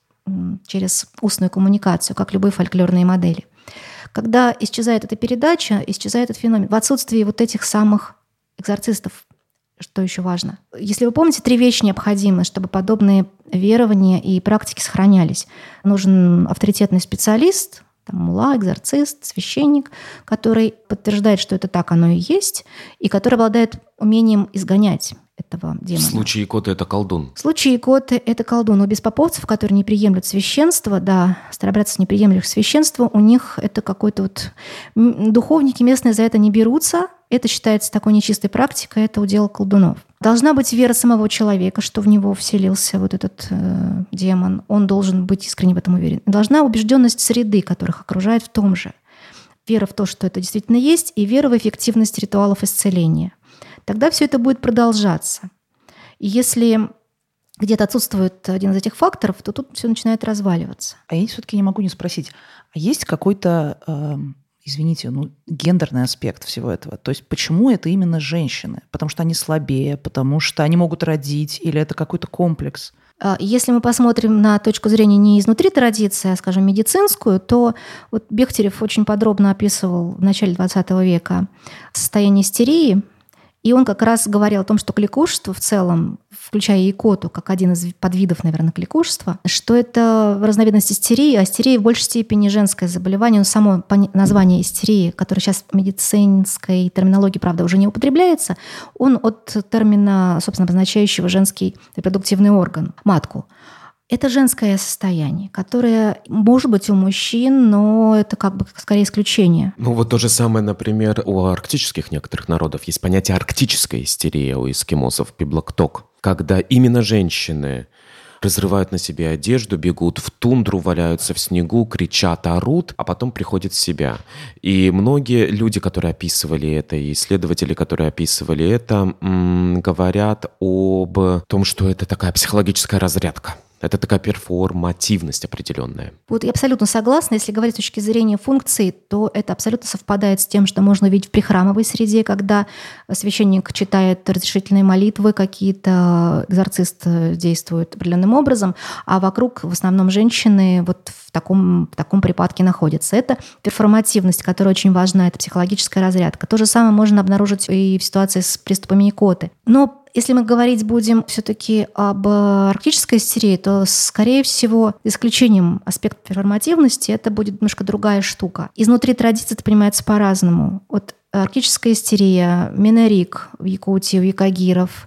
через устную коммуникацию, как любые фольклорные модели. Когда исчезает эта передача, исчезает этот феномен. В отсутствии вот этих самых экзорцистов, что еще важно. Если вы помните, три вещи необходимы, чтобы подобные верования и практики сохранялись. Нужен авторитетный специалист, там, мулла, экзорцист, священник, который подтверждает, что это так оно и есть, и который обладает умением изгонять этого демона. В случае икоты это колдун. В случае икоты это колдун. У беспоповцев, которые не приемлют священство, да, старобрядцев, не приемлют священство, у них это какой-то вот... Духовники местные за это не берутся. Это считается такой нечистой практикой, это удел колдунов. Должна быть вера самого человека, что в него вселился вот этот э, демон. Он должен быть искренне в этом уверен. Должна убежденность среды, которых окружает, в том же. Вера в то, что это действительно есть, и вера в эффективность ритуалов исцеления. Тогда все это будет продолжаться. И если где-то отсутствует один из этих факторов, то тут все начинает разваливаться. А я все-таки не могу не спросить, а есть какой-то... Э... извините, ну, гендерный аспект всего этого. То есть почему это именно женщины? Потому что они слабее, потому что они могут родить, или это какой-то комплекс? Если мы посмотрим на точку зрения не изнутри традиции, а, скажем, медицинскую, то вот Бехтерев очень подробно описывал в начале двадцатого века состояние истерии, и он как раз говорил о том, что кликушество в целом, включая икоту, как один из подвидов, наверное, кликушества, что это разновидность истерии, а истерия в большей степени женское заболевание. Но само название истерии, которое сейчас в медицинской терминологии, правда, уже не употребляется, он от термина, собственно, обозначающего женский репродуктивный орган, матку. Это женское состояние, которое может быть у мужчин, но это как бы скорее исключение. Ну вот то же самое, например, у арктических некоторых народов есть понятие арктическая истерия у эскимосов, пиблокток, когда именно женщины разрывают на себе одежду, бегут в тундру, валяются в снегу, кричат, орут, а потом приходят в себя. И многие люди, которые описывали это, и исследователи, которые описывали это, м- говорят об том, что это такая психологическая разрядка. Это такая перформативность определенная. Вот я абсолютно согласна. Если говорить с точки зрения функций, то это абсолютно совпадает с тем, что можно увидеть в прихрамовой среде, когда священник читает разрешительные молитвы, какие-то экзорцист действует определенным образом, а вокруг в основном женщины вот в таком, в таком припадке находятся. Это перформативность, которая очень важна, это психологическая разрядка. То же самое можно обнаружить и в ситуации с приступами икоты. Но если мы говорить будем все-таки об арктической истерии, то, скорее всего, исключением аспекта перформативности, это будет немножко другая штука. Изнутри традиции это понимается по-разному. Вот арктическая истерия, Менарик в Якутии, у якагиров,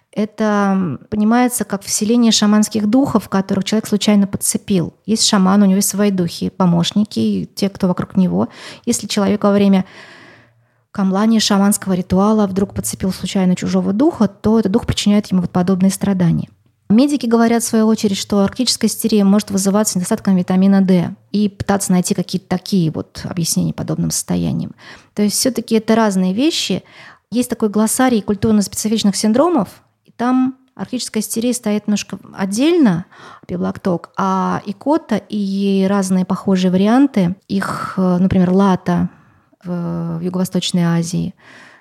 это понимается как вселение шаманских духов, которых человек случайно подцепил. Есть шаман, у него есть свои духи, помощники, те, кто вокруг него. Если человек во время камлания шаманского ритуала вдруг подцепил случайно чужого духа, то этот дух причиняет ему вот подобные страдания. Медики говорят, в свою очередь, что арктическая истерия может вызываться недостатком витамина D и пытаться найти какие-то такие вот объяснения подобным состояниям. То есть все-таки это разные вещи. Есть такой глоссарий культурно-специфичных синдромов, и там арктическая истерия стоит немножко отдельно, пиблокток, а икота и разные похожие варианты, их, например, лата в Юго-Восточной Азии,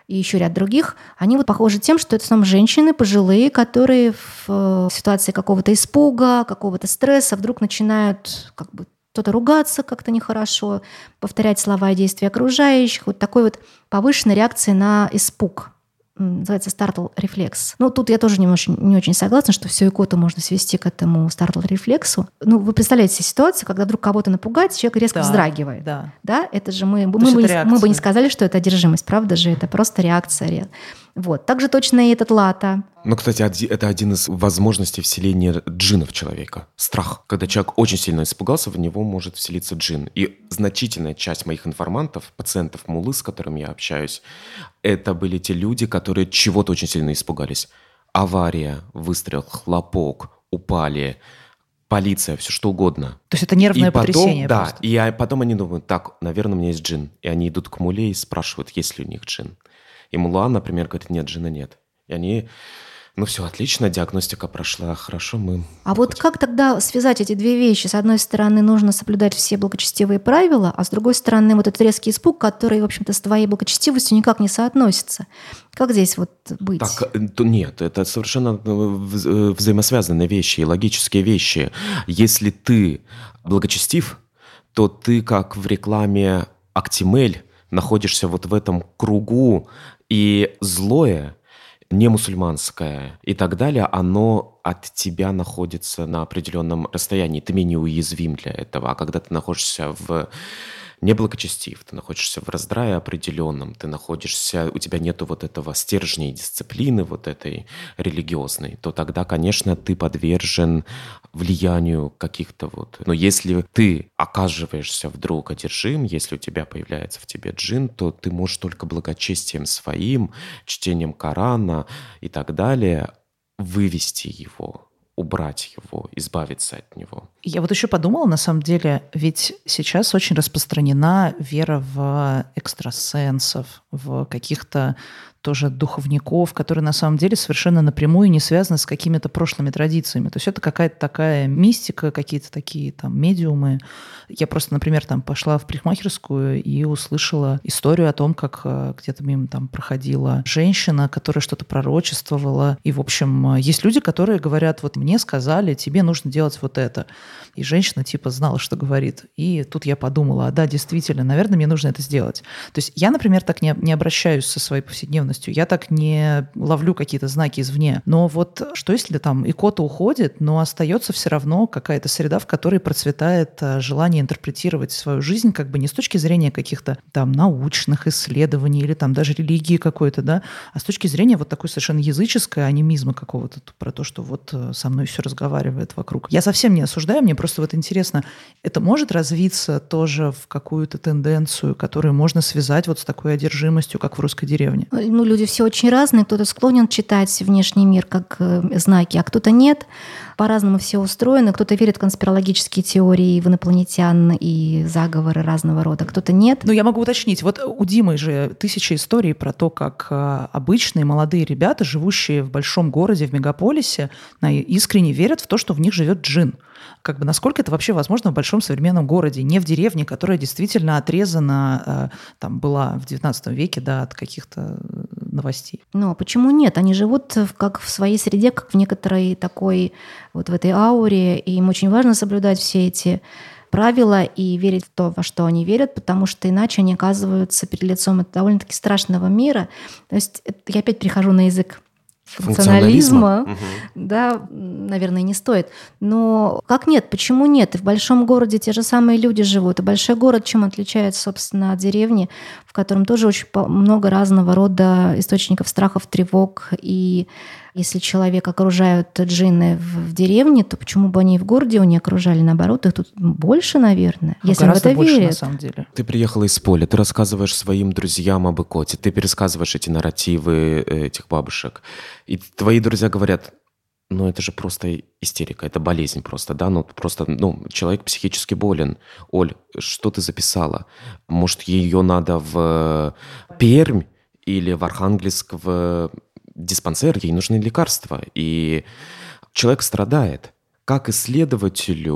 и еще ряд других, они вот похожи тем, что это в основном женщины пожилые, которые в ситуации какого-то испуга, какого-то стресса вдруг начинают как бы кто-то ругаться как-то нехорошо, повторять слова и действия окружающих. Вот такой вот повышенной реакции на испуг. Называется стартл-рефлекс. Ну, тут я тоже немножко не очень согласна, что всю икоту можно свести к этому стартл-рефлексу. Ну, вы представляете себе ситуацию, когда вдруг кого-то напугать, человек резко да, вздрагивает. Да. Да, это же мы, мы, бы не, мы бы не сказали, что это одержимость, правда же? Это просто реакция. Вот. Так же точно и этот лата. Ну, кстати, это один из возможностей вселения джинна в человека. Страх. Когда человек очень сильно испугался, в него может вселиться джинн. И значительная часть моих информантов, пациентов муллы, с которыми я общаюсь, это были те люди, которые чего-то очень сильно испугались. Авария, выстрел, хлопок, упали, полиция, все что угодно. То есть это нервное и потом, потрясение да, просто. И потом они думают, так, наверное, у меня есть джинн. И они идут к мулле и спрашивают, есть ли у них джинн. И мулла, например, говорит, нет, джинна нет. И они, ну все, отлично, диагностика прошла, хорошо, мы... А вот как тогда связать эти две вещи? С одной стороны, нужно соблюдать все благочестивые правила, а с другой стороны, вот этот резкий испуг, который, в общем-то, с твоей благочестивостью никак не соотносится. Как здесь вот быть? Так, нет, это совершенно вза- взаимосвязанные вещи и логические вещи. Если ты благочестив, то ты, как в рекламе Актимель, находишься вот в этом кругу, и злое, не мусульманское и так далее, оно от тебя находится на определенном расстоянии. Ты менее уязвим для этого. А когда ты находишься в неблагочестив, ты находишься в раздрае определенном, ты находишься, у тебя нету вот этого стержня и дисциплины вот этой религиозной, то тогда, конечно, ты подвержен влиянию каких-то вот... Но если ты оказываешься вдруг одержим, если у тебя появляется в тебе джинн, то ты можешь только благочестием своим, чтением Корана и так далее вывести его, убрать его, избавиться от него. Я вот еще подумала, на самом деле, ведь сейчас очень распространена вера в экстрасенсов, в каких-то тоже духовников, которые на самом деле совершенно напрямую не связаны с какими-то прошлыми традициями. То есть это какая-то такая мистика, какие-то такие там медиумы. Я просто, например, там пошла в парикмахерскую и услышала историю о том, как где-то мимо там проходила женщина, которая что-то пророчествовала. И, в общем, есть люди, которые говорят, вот мне сказали, тебе нужно делать вот это. И женщина типа знала, что говорит. И тут я подумала, а да, действительно, наверное, мне нужно это сделать. То есть я, например, так не, не обращаюсь со своей повседневностью, я так не ловлю какие-то знаки извне. Но вот что если там икота уходит, но остается все равно какая-то среда, в которой процветает желание интерпретировать свою жизнь как бы не с точки зрения каких-то там научных исследований или там даже религии какой-то, да, а с точки зрения вот такой совершенно языческой анимизма какого-то, про то, что вот со мной все разговаривает вокруг. Я совсем не осуждаю, мне просто вот интересно, это может развиться тоже в какую-то тенденцию, которую можно связать вот с такой одержимостью, как в русской деревне? Ну, люди все очень разные. Кто-то склонен читать внешний мир как знаки, а кто-то нет. По-разному все устроено. Кто-то верит в конспирологические теории, в инопланетян и заговоры разного рода, кто-то нет. Ну, я могу уточнить. Вот у Димы же тысяча историй про то, как обычные молодые ребята, живущие в большом городе, в мегаполисе, искренне верят в то, что в них живет джинн. Как бы насколько это вообще возможно в большом современном городе, не в деревне, которая действительно отрезана, там была в девятнадцатом веке, да, от каких-то новостей. Ну, а почему нет? Они живут как в своей среде, как в некоторой такой, вот в этой ауре, и им очень важно соблюдать все эти правила и верить в то, во что они верят, потому что иначе они оказываются перед лицом довольно-таки страшного мира. То есть я опять перехожу на язык функционализма, угу. Да, наверное, не стоит. Но как нет? Почему нет? И в большом городе те же самые люди живут. И большой город чем отличается, собственно, от деревни, в котором тоже очень много разного рода источников страхов, тревог. И если человека окружают джинны в, в деревне, то почему бы они и в городе его не окружали? Наоборот, их тут больше, наверное, ну, если он в это больше, верит. На самом деле. Ты приехала из поля, ты рассказываешь своим друзьям об икоте, ты пересказываешь эти нарративы этих бабушек. И твои друзья говорят, ну это же просто истерика, это болезнь просто, да, ну просто, ну, человек психически болен. Оль, что ты записала? Может, ее надо в Пермь или в Архангельск в диспансер, ей нужны лекарства, и человек страдает. Как исследователю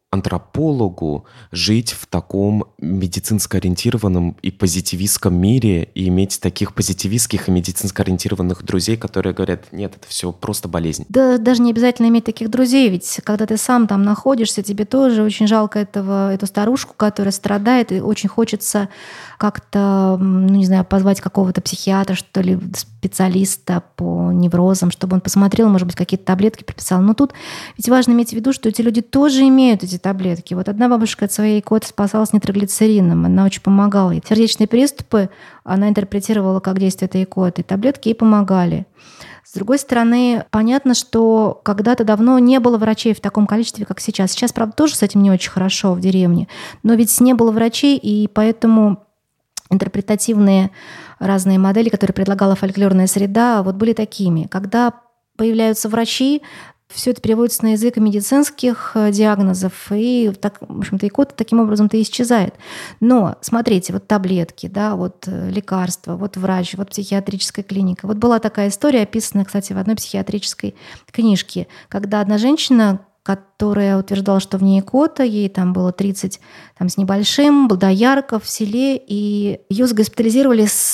антропологу жить в таком медицинско-ориентированном и позитивистском мире и иметь таких позитивистских и медицинско-ориентированных друзей, которые говорят, нет, это все просто болезнь? Да даже не обязательно иметь таких друзей, ведь когда ты сам там находишься, тебе тоже очень жалко этого, эту старушку, которая страдает, и очень хочется как-то, ну не знаю, позвать какого-то психиатра, что ли, специалиста по неврозам, чтобы он посмотрел, может быть, какие-то таблетки прописал. Но тут ведь важно иметь в виду, что эти люди тоже имеют эти таблетки. Вот одна бабушка от своей икоты спасалась нитроглицерином, она очень помогала ей. Сердечные приступы она интерпретировала как действие этой икоты, и таблетки ей помогали. С другой стороны, понятно, что когда-то давно не было врачей в таком количестве, как сейчас. Сейчас, правда, тоже с этим не очень хорошо в деревне, но ведь не было врачей, и поэтому интерпретативные разные модели, которые предлагала фольклорная среда, вот были такими. Когда появляются врачи, все это переводится на язык медицинских диагнозов, и, так, в общем-то, икота таким образом-то и исчезает. Но, смотрите, вот таблетки, да, вот лекарства, вот врач, вот психиатрическая клиника. Вот была такая история, описанная, кстати, в одной психиатрической книжке, когда одна женщина, которая утверждала, что в ней икота, ей там было тридцать там, с небольшим, Бодоярка в селе, и ее госпитализировали с,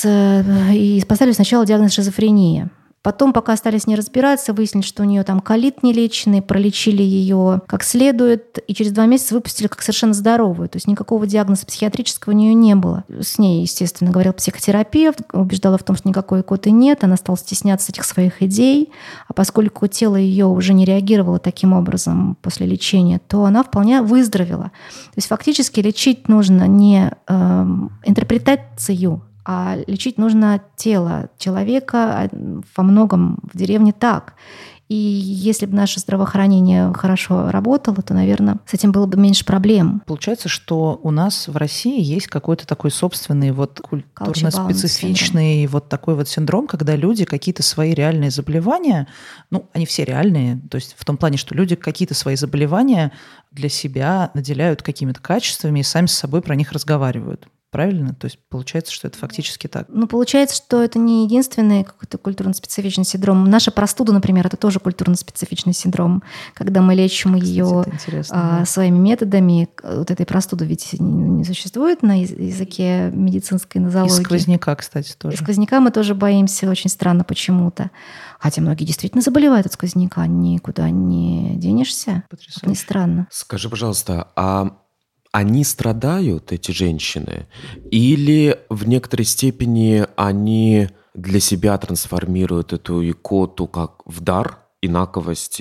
и поставили сначала диагноз шизофрения. Потом, пока стали с ней разбираться, выяснили, что у нее там колит нелеченный, пролечили ее как следует, и через два месяца выпустили как совершенно здоровую. То есть никакого диагноза психиатрического у нее не было. С ней, естественно, говорил психотерапевт, убеждала в том, что никакой икоты нет, она стала стесняться этих своих идей, а поскольку тело ее уже не реагировало таким образом после лечения, то она вполне выздоровела. То есть фактически лечить нужно не э, интерпретацию, а лечить нужно тело человека, во многом в деревне так. И если бы наше здравоохранение хорошо работало, то, наверное, с этим было бы меньше проблем. Получается, что у нас в России есть какой-то такой собственный вот культурно-специфичный вот такой вот синдром, когда люди какие-то свои реальные заболевания, ну, они все реальные, то есть в том плане, что люди какие-то свои заболевания для себя наделяют какими-то качествами и сами с собой про них разговаривают. Правильно? То есть получается, что это фактически так. Ну, получается, что это не единственный какой-то культурно-специфичный синдром. Наша простуда, например, это тоже культурно-специфичный синдром. Когда мы лечим ее а, да. своими методами, вот этой простуды ведь не существует на языке медицинской нозологии. И сквозняка, кстати, тоже. И сквозняка мы тоже боимся очень странно почему-то. Хотя многие действительно заболевают от сквозняка, никуда не денешься. Потрясающе. Не странно. Скажи, пожалуйста, а они страдают, эти женщины, или в некоторой степени они для себя трансформируют эту икоту как в дар, инаковость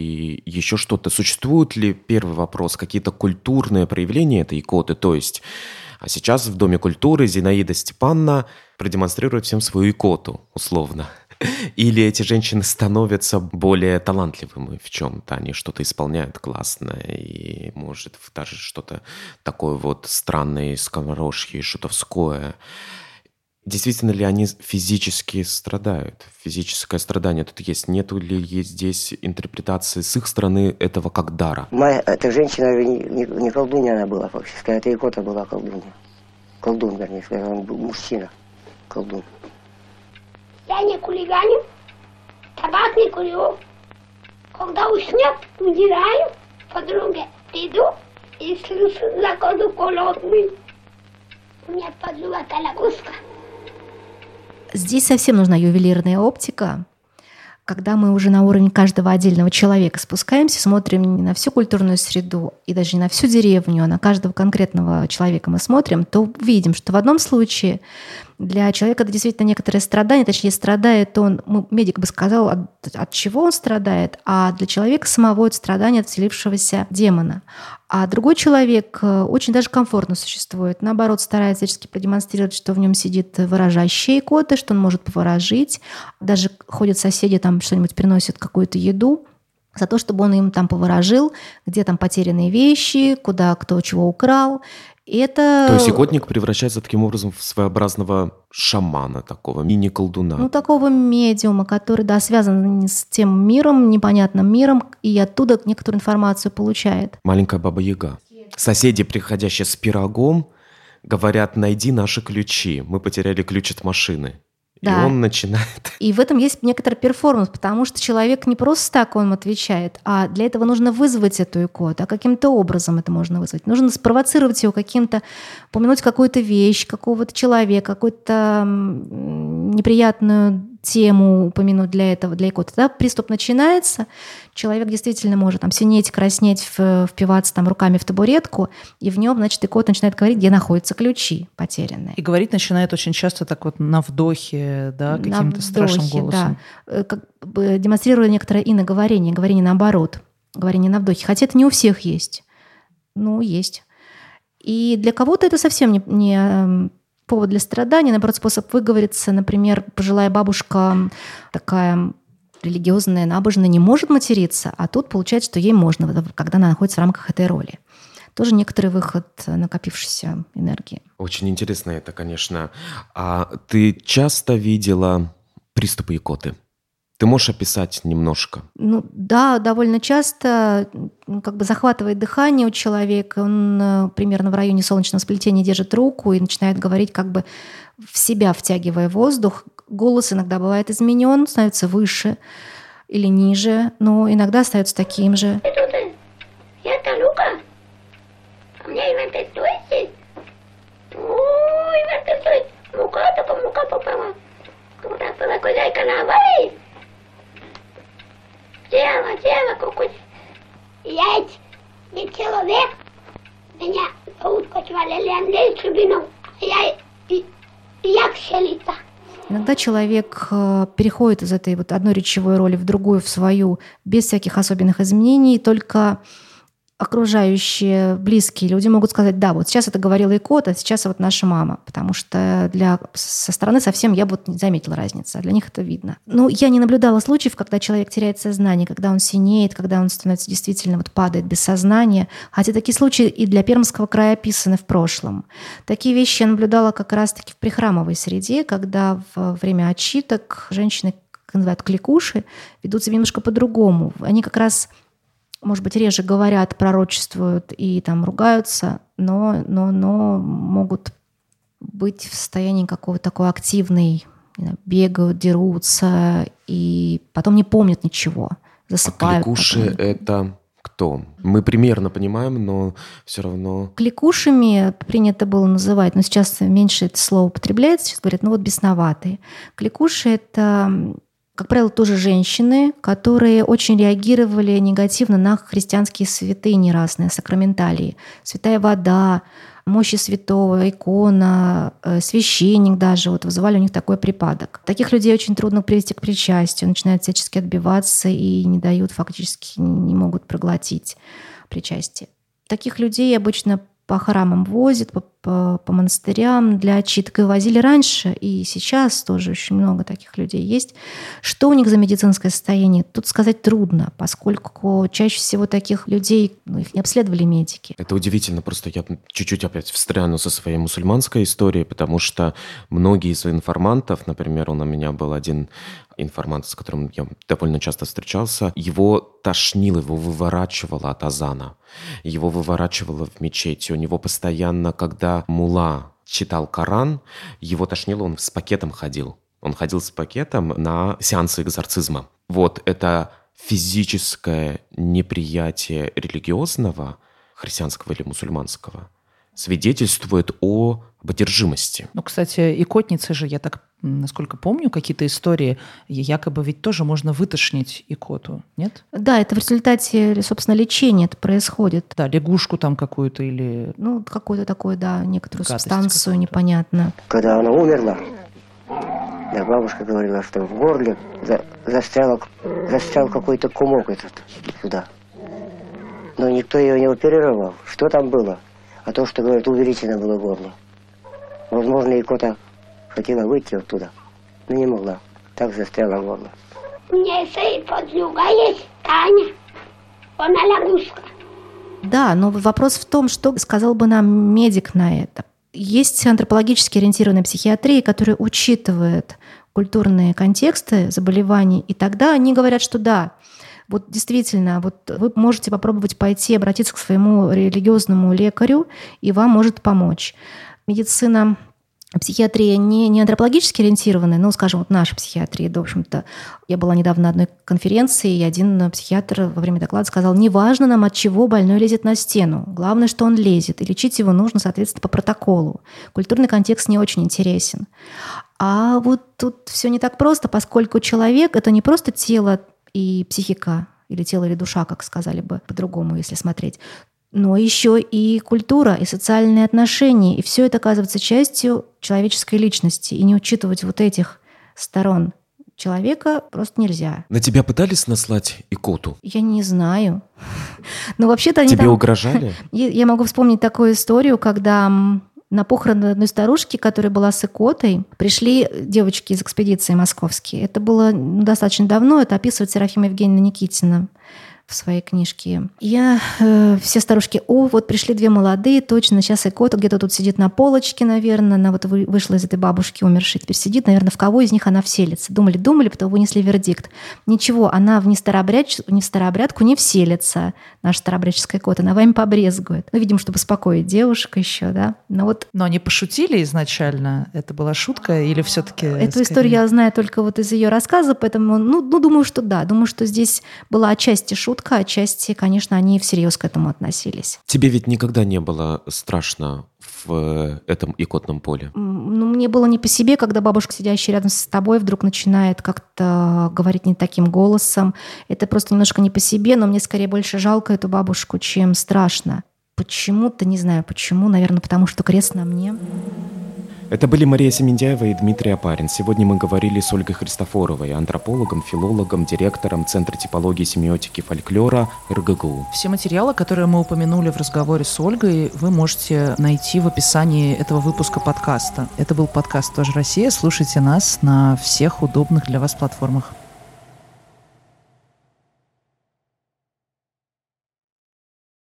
и еще что-то? Существуют ли, первый вопрос, какие-то культурные проявления этой икоты? То есть, а сейчас в Доме культуры Зинаида Степановна продемонстрирует всем свою икоту, условно. Или эти женщины становятся более талантливыми в чем-то, они что-то исполняют классное и, может, даже что-то такое вот странное, скоморожье, шутовское. Действительно ли они физически страдают? Физическое страдание тут есть. Нету ли есть здесь интерпретации с их стороны этого как дара? Моя, эта женщина не, не, не колдунья она была фактически, это икота была колдунья. Колдун, вернее, он был мужчина, колдун. Я не хулиганю, табак не курю. Когда уснет, удираю, подруге иду и слышу закону холодный. У меня поджила лягушка. Здесь совсем нужна ювелирная оптика. Когда мы уже на уровень каждого отдельного человека спускаемся, смотрим не на всю культурную среду и даже не на всю деревню, а на каждого конкретного человека мы смотрим, то видим, что в одном случае для человека это действительно некоторое страдание, точнее, страдает он, медик бы сказал, от, от чего он страдает, а для человека самого это страдание от вселившегося демона. А другой человек очень даже комфортно существует, наоборот, старается всячески продемонстрировать, что в нем сидит выражающая икота, что он может поворожить, даже ходят соседи, там что-нибудь приносят, какую-то еду, за то, чтобы он им там поворожил, где там потерянные вещи, куда кто чего украл. И это... То есть икотник превращается таким образом в своеобразного шамана такого, мини-колдуна. Ну, такого медиума, который, да, связан с тем миром, непонятным миром, и оттуда некоторую информацию получает. Маленькая баба-яга. Соседи, приходящие с пирогом, говорят: найди наши ключи, мы потеряли ключ от машины. Да. И он начинает... И в этом есть некоторый перформанс, потому что человек не просто так он отвечает, а для этого нужно вызвать эту икоту, а каким-то образом это можно вызвать. Нужно спровоцировать его каким-то, упомянуть какую-то вещь, какого-то человека, какую-то неприятную тему упомянуть для этого, для икоты. Тогда приступ начинается, человек действительно может там синеть, краснеть, впиваться там руками в табуретку, и в нем, значит, икота начинает говорить, где находятся ключи потерянные. И говорить начинает очень часто так вот на вдохе, да, каким-то страшным голосом. Да. Как бы демонстрируя некоторое иноговорение, говорение наоборот, говорение на вдохе. Хотя это не у всех есть. Ну, есть. И для кого-то это совсем не, не повод для страдания, наоборот, способ выговориться. Например, пожилая бабушка такая религиозная, набожная, не может материться, а тут получается, что ей можно, когда она находится в рамках этой роли. Тоже некоторый выход накопившейся энергии. Очень интересно это, конечно. А ты часто видела приступы икоты? Ты можешь описать немножко? Ну да, довольно часто как бы захватывает дыхание у человека. Он примерно в районе солнечного сплетения держит руку и начинает говорить, как бы в себя втягивая воздух. Голос иногда бывает изменен, становится выше или ниже, но иногда остается таким же. Тело, тело, какой я ведь человек, меня зовут Кочвалели Андрей Чубинов, я и я кселица. Иногда человек переходит из этой вот одной речевой роли в другую, в свою, без всяких особенных изменений, только окружающие, близкие люди могут сказать, да, вот сейчас это говорила икота, а сейчас вот наша мама, потому что для, со стороны совсем я бы вот не заметила разницы, а для них это видно. Ну, я не наблюдала случаев, когда человек теряет сознание, когда он синеет, когда он становится действительно, вот падает без сознания, хотя такие случаи и для Пермского края описаны в прошлом. Такие вещи я наблюдала как раз-таки в прихрамовой среде, когда во время отчиток женщины, как называют, кликуши, ведут себя немножко по-другому. Они как раз, может быть, реже говорят, пророчествуют и там ругаются, но, но, но могут быть в состоянии какого-то такой активной, не знаю, бегают, дерутся, и потом не помнят ничего, засыпают. А кликуши — это кто? Мы примерно понимаем, но все равно... Кликушами принято было называть, но сейчас меньше это слово употребляется, сейчас говорят, ну вот бесноватые. Кликуши — это, как правило, тоже женщины, которые очень реагировали негативно на христианские святыни разные, сакраменталии. Святая вода, мощи святого, икона, священник даже, вот вызывали у них такой припадок. Таких людей очень трудно привести к причастию, начинают всячески отбиваться и не дают, фактически не могут проглотить причастие. Таких людей обычно по храмам возят, по, по, по монастырям для отчиток. И возили раньше, и сейчас тоже очень много таких людей есть. Что у них за медицинское состояние, тут сказать трудно, поскольку чаще всего таких людей, ну, их не обследовали медики. Это удивительно, просто я чуть-чуть опять встряну со своей мусульманской историей, потому что многие из информантов, например, он у меня был один информант, с которым я довольно часто встречался, его тошнило, его выворачивало от азана, его выворачивало в мечети. У него постоянно, когда мулла читал Коран, его тошнило, он с пакетом ходил. Он ходил с пакетом на сеансы экзорцизма. Вот это физическое неприятие религиозного, христианского или мусульманского, свидетельствует о одержимости. Ну, кстати, икотницы же, я так, насколько помню, какие-то истории, якобы ведь тоже можно вытошнить икоту, нет? Да, это в результате, собственно, лечения это происходит. Да, лягушку там какую-то или... Ну, какую-то такую, да, некоторую гадость субстанцию какую-то. непонятно. Когда она умерла, да, бабушка говорила, что в горле за, застрял, застрял какой-то комок этот сюда. Но никто ее не оперировал. Что там было? А то, что, говорят, увеличено было горло. Возможно, икота хотела выйти оттуда, но не могла. Так застряла горло. У меня и подруга есть, Таня. Она лягушка. Да, но вопрос в том, что сказал бы нам медик на это. Есть антропологически ориентированная психиатрия, которая учитывает культурные контексты заболеваний, и тогда они говорят, что да, вот действительно, вот вы можете попробовать пойти, обратиться к своему религиозному лекарю, и вам может помочь. Медицина психиатрия не, не антропологически ориентированная, ну, скажем, вот наша психиатрия, да, в общем-то. Я была недавно на одной конференции, и один психиатр во время доклада сказал: неважно нам, от чего больной лезет на стену, главное, что он лезет, и лечить его нужно, соответственно, по протоколу. Культурный контекст не очень интересен. А вот тут все не так просто, поскольку человек — это не просто тело и психика, или тело или душа, как сказали бы по-другому, если смотреть, но еще и культура, и социальные отношения. И все это оказывается частью человеческой личности. И не учитывать вот этих сторон человека просто нельзя. На тебя пытались наслать икоту? Я не знаю. Но вообще-то они Тебе там... угрожали? Я могу вспомнить такую историю, когда на похороны одной старушки, которая была с икотой, пришли девочки из экспедиции московские. Это было достаточно давно, это описывает Серафима Евгеньевна Никитина в своей книжке. Я, э, все старушки: о, вот пришли две молодые, точно, сейчас икота где-то тут сидит на полочке, наверное, она вот вы, вышла из этой бабушки умершей, теперь сидит, наверное, в кого из них она вселится. Думали-думали, потом вынесли вердикт. Ничего, она в нестарообряд, не в старообрядку не вселится, наша старообрядческая икота, она вами побрезгует. Ну, видимо, чтобы успокоить девушку еще, да. Но, вот... Но они пошутили изначально? Это была шутка или все-таки... Эту скорее... историю я знаю только вот из ее рассказа, поэтому, ну, ну, думаю, что да. Думаю, что здесь была отчасти шутка, отчасти, конечно, они всерьез к этому относились. Тебе ведь никогда не было страшно в этом икотном поле? Ну, мне было не по себе, когда бабушка, сидящая рядом с тобой, вдруг начинает как-то говорить не таким голосом. Это просто немножко не по себе, но мне скорее больше жалко эту бабушку, чем страшно. Почему-то, не знаю почему, наверное, потому что крест на мне. Это были Мария Семендяева и Дмитрий Опарин. Сегодня мы говорили с Ольгой Христофоровой, антропологом, филологом, директором Центра типологии, семиотики, фольклора эр гэ гэ у. Все материалы, которые мы упомянули в разговоре с Ольгой, вы можете найти в описании этого выпуска подкаста. Это был подкаст «Тоже Россия». Слушайте нас на всех удобных для вас платформах.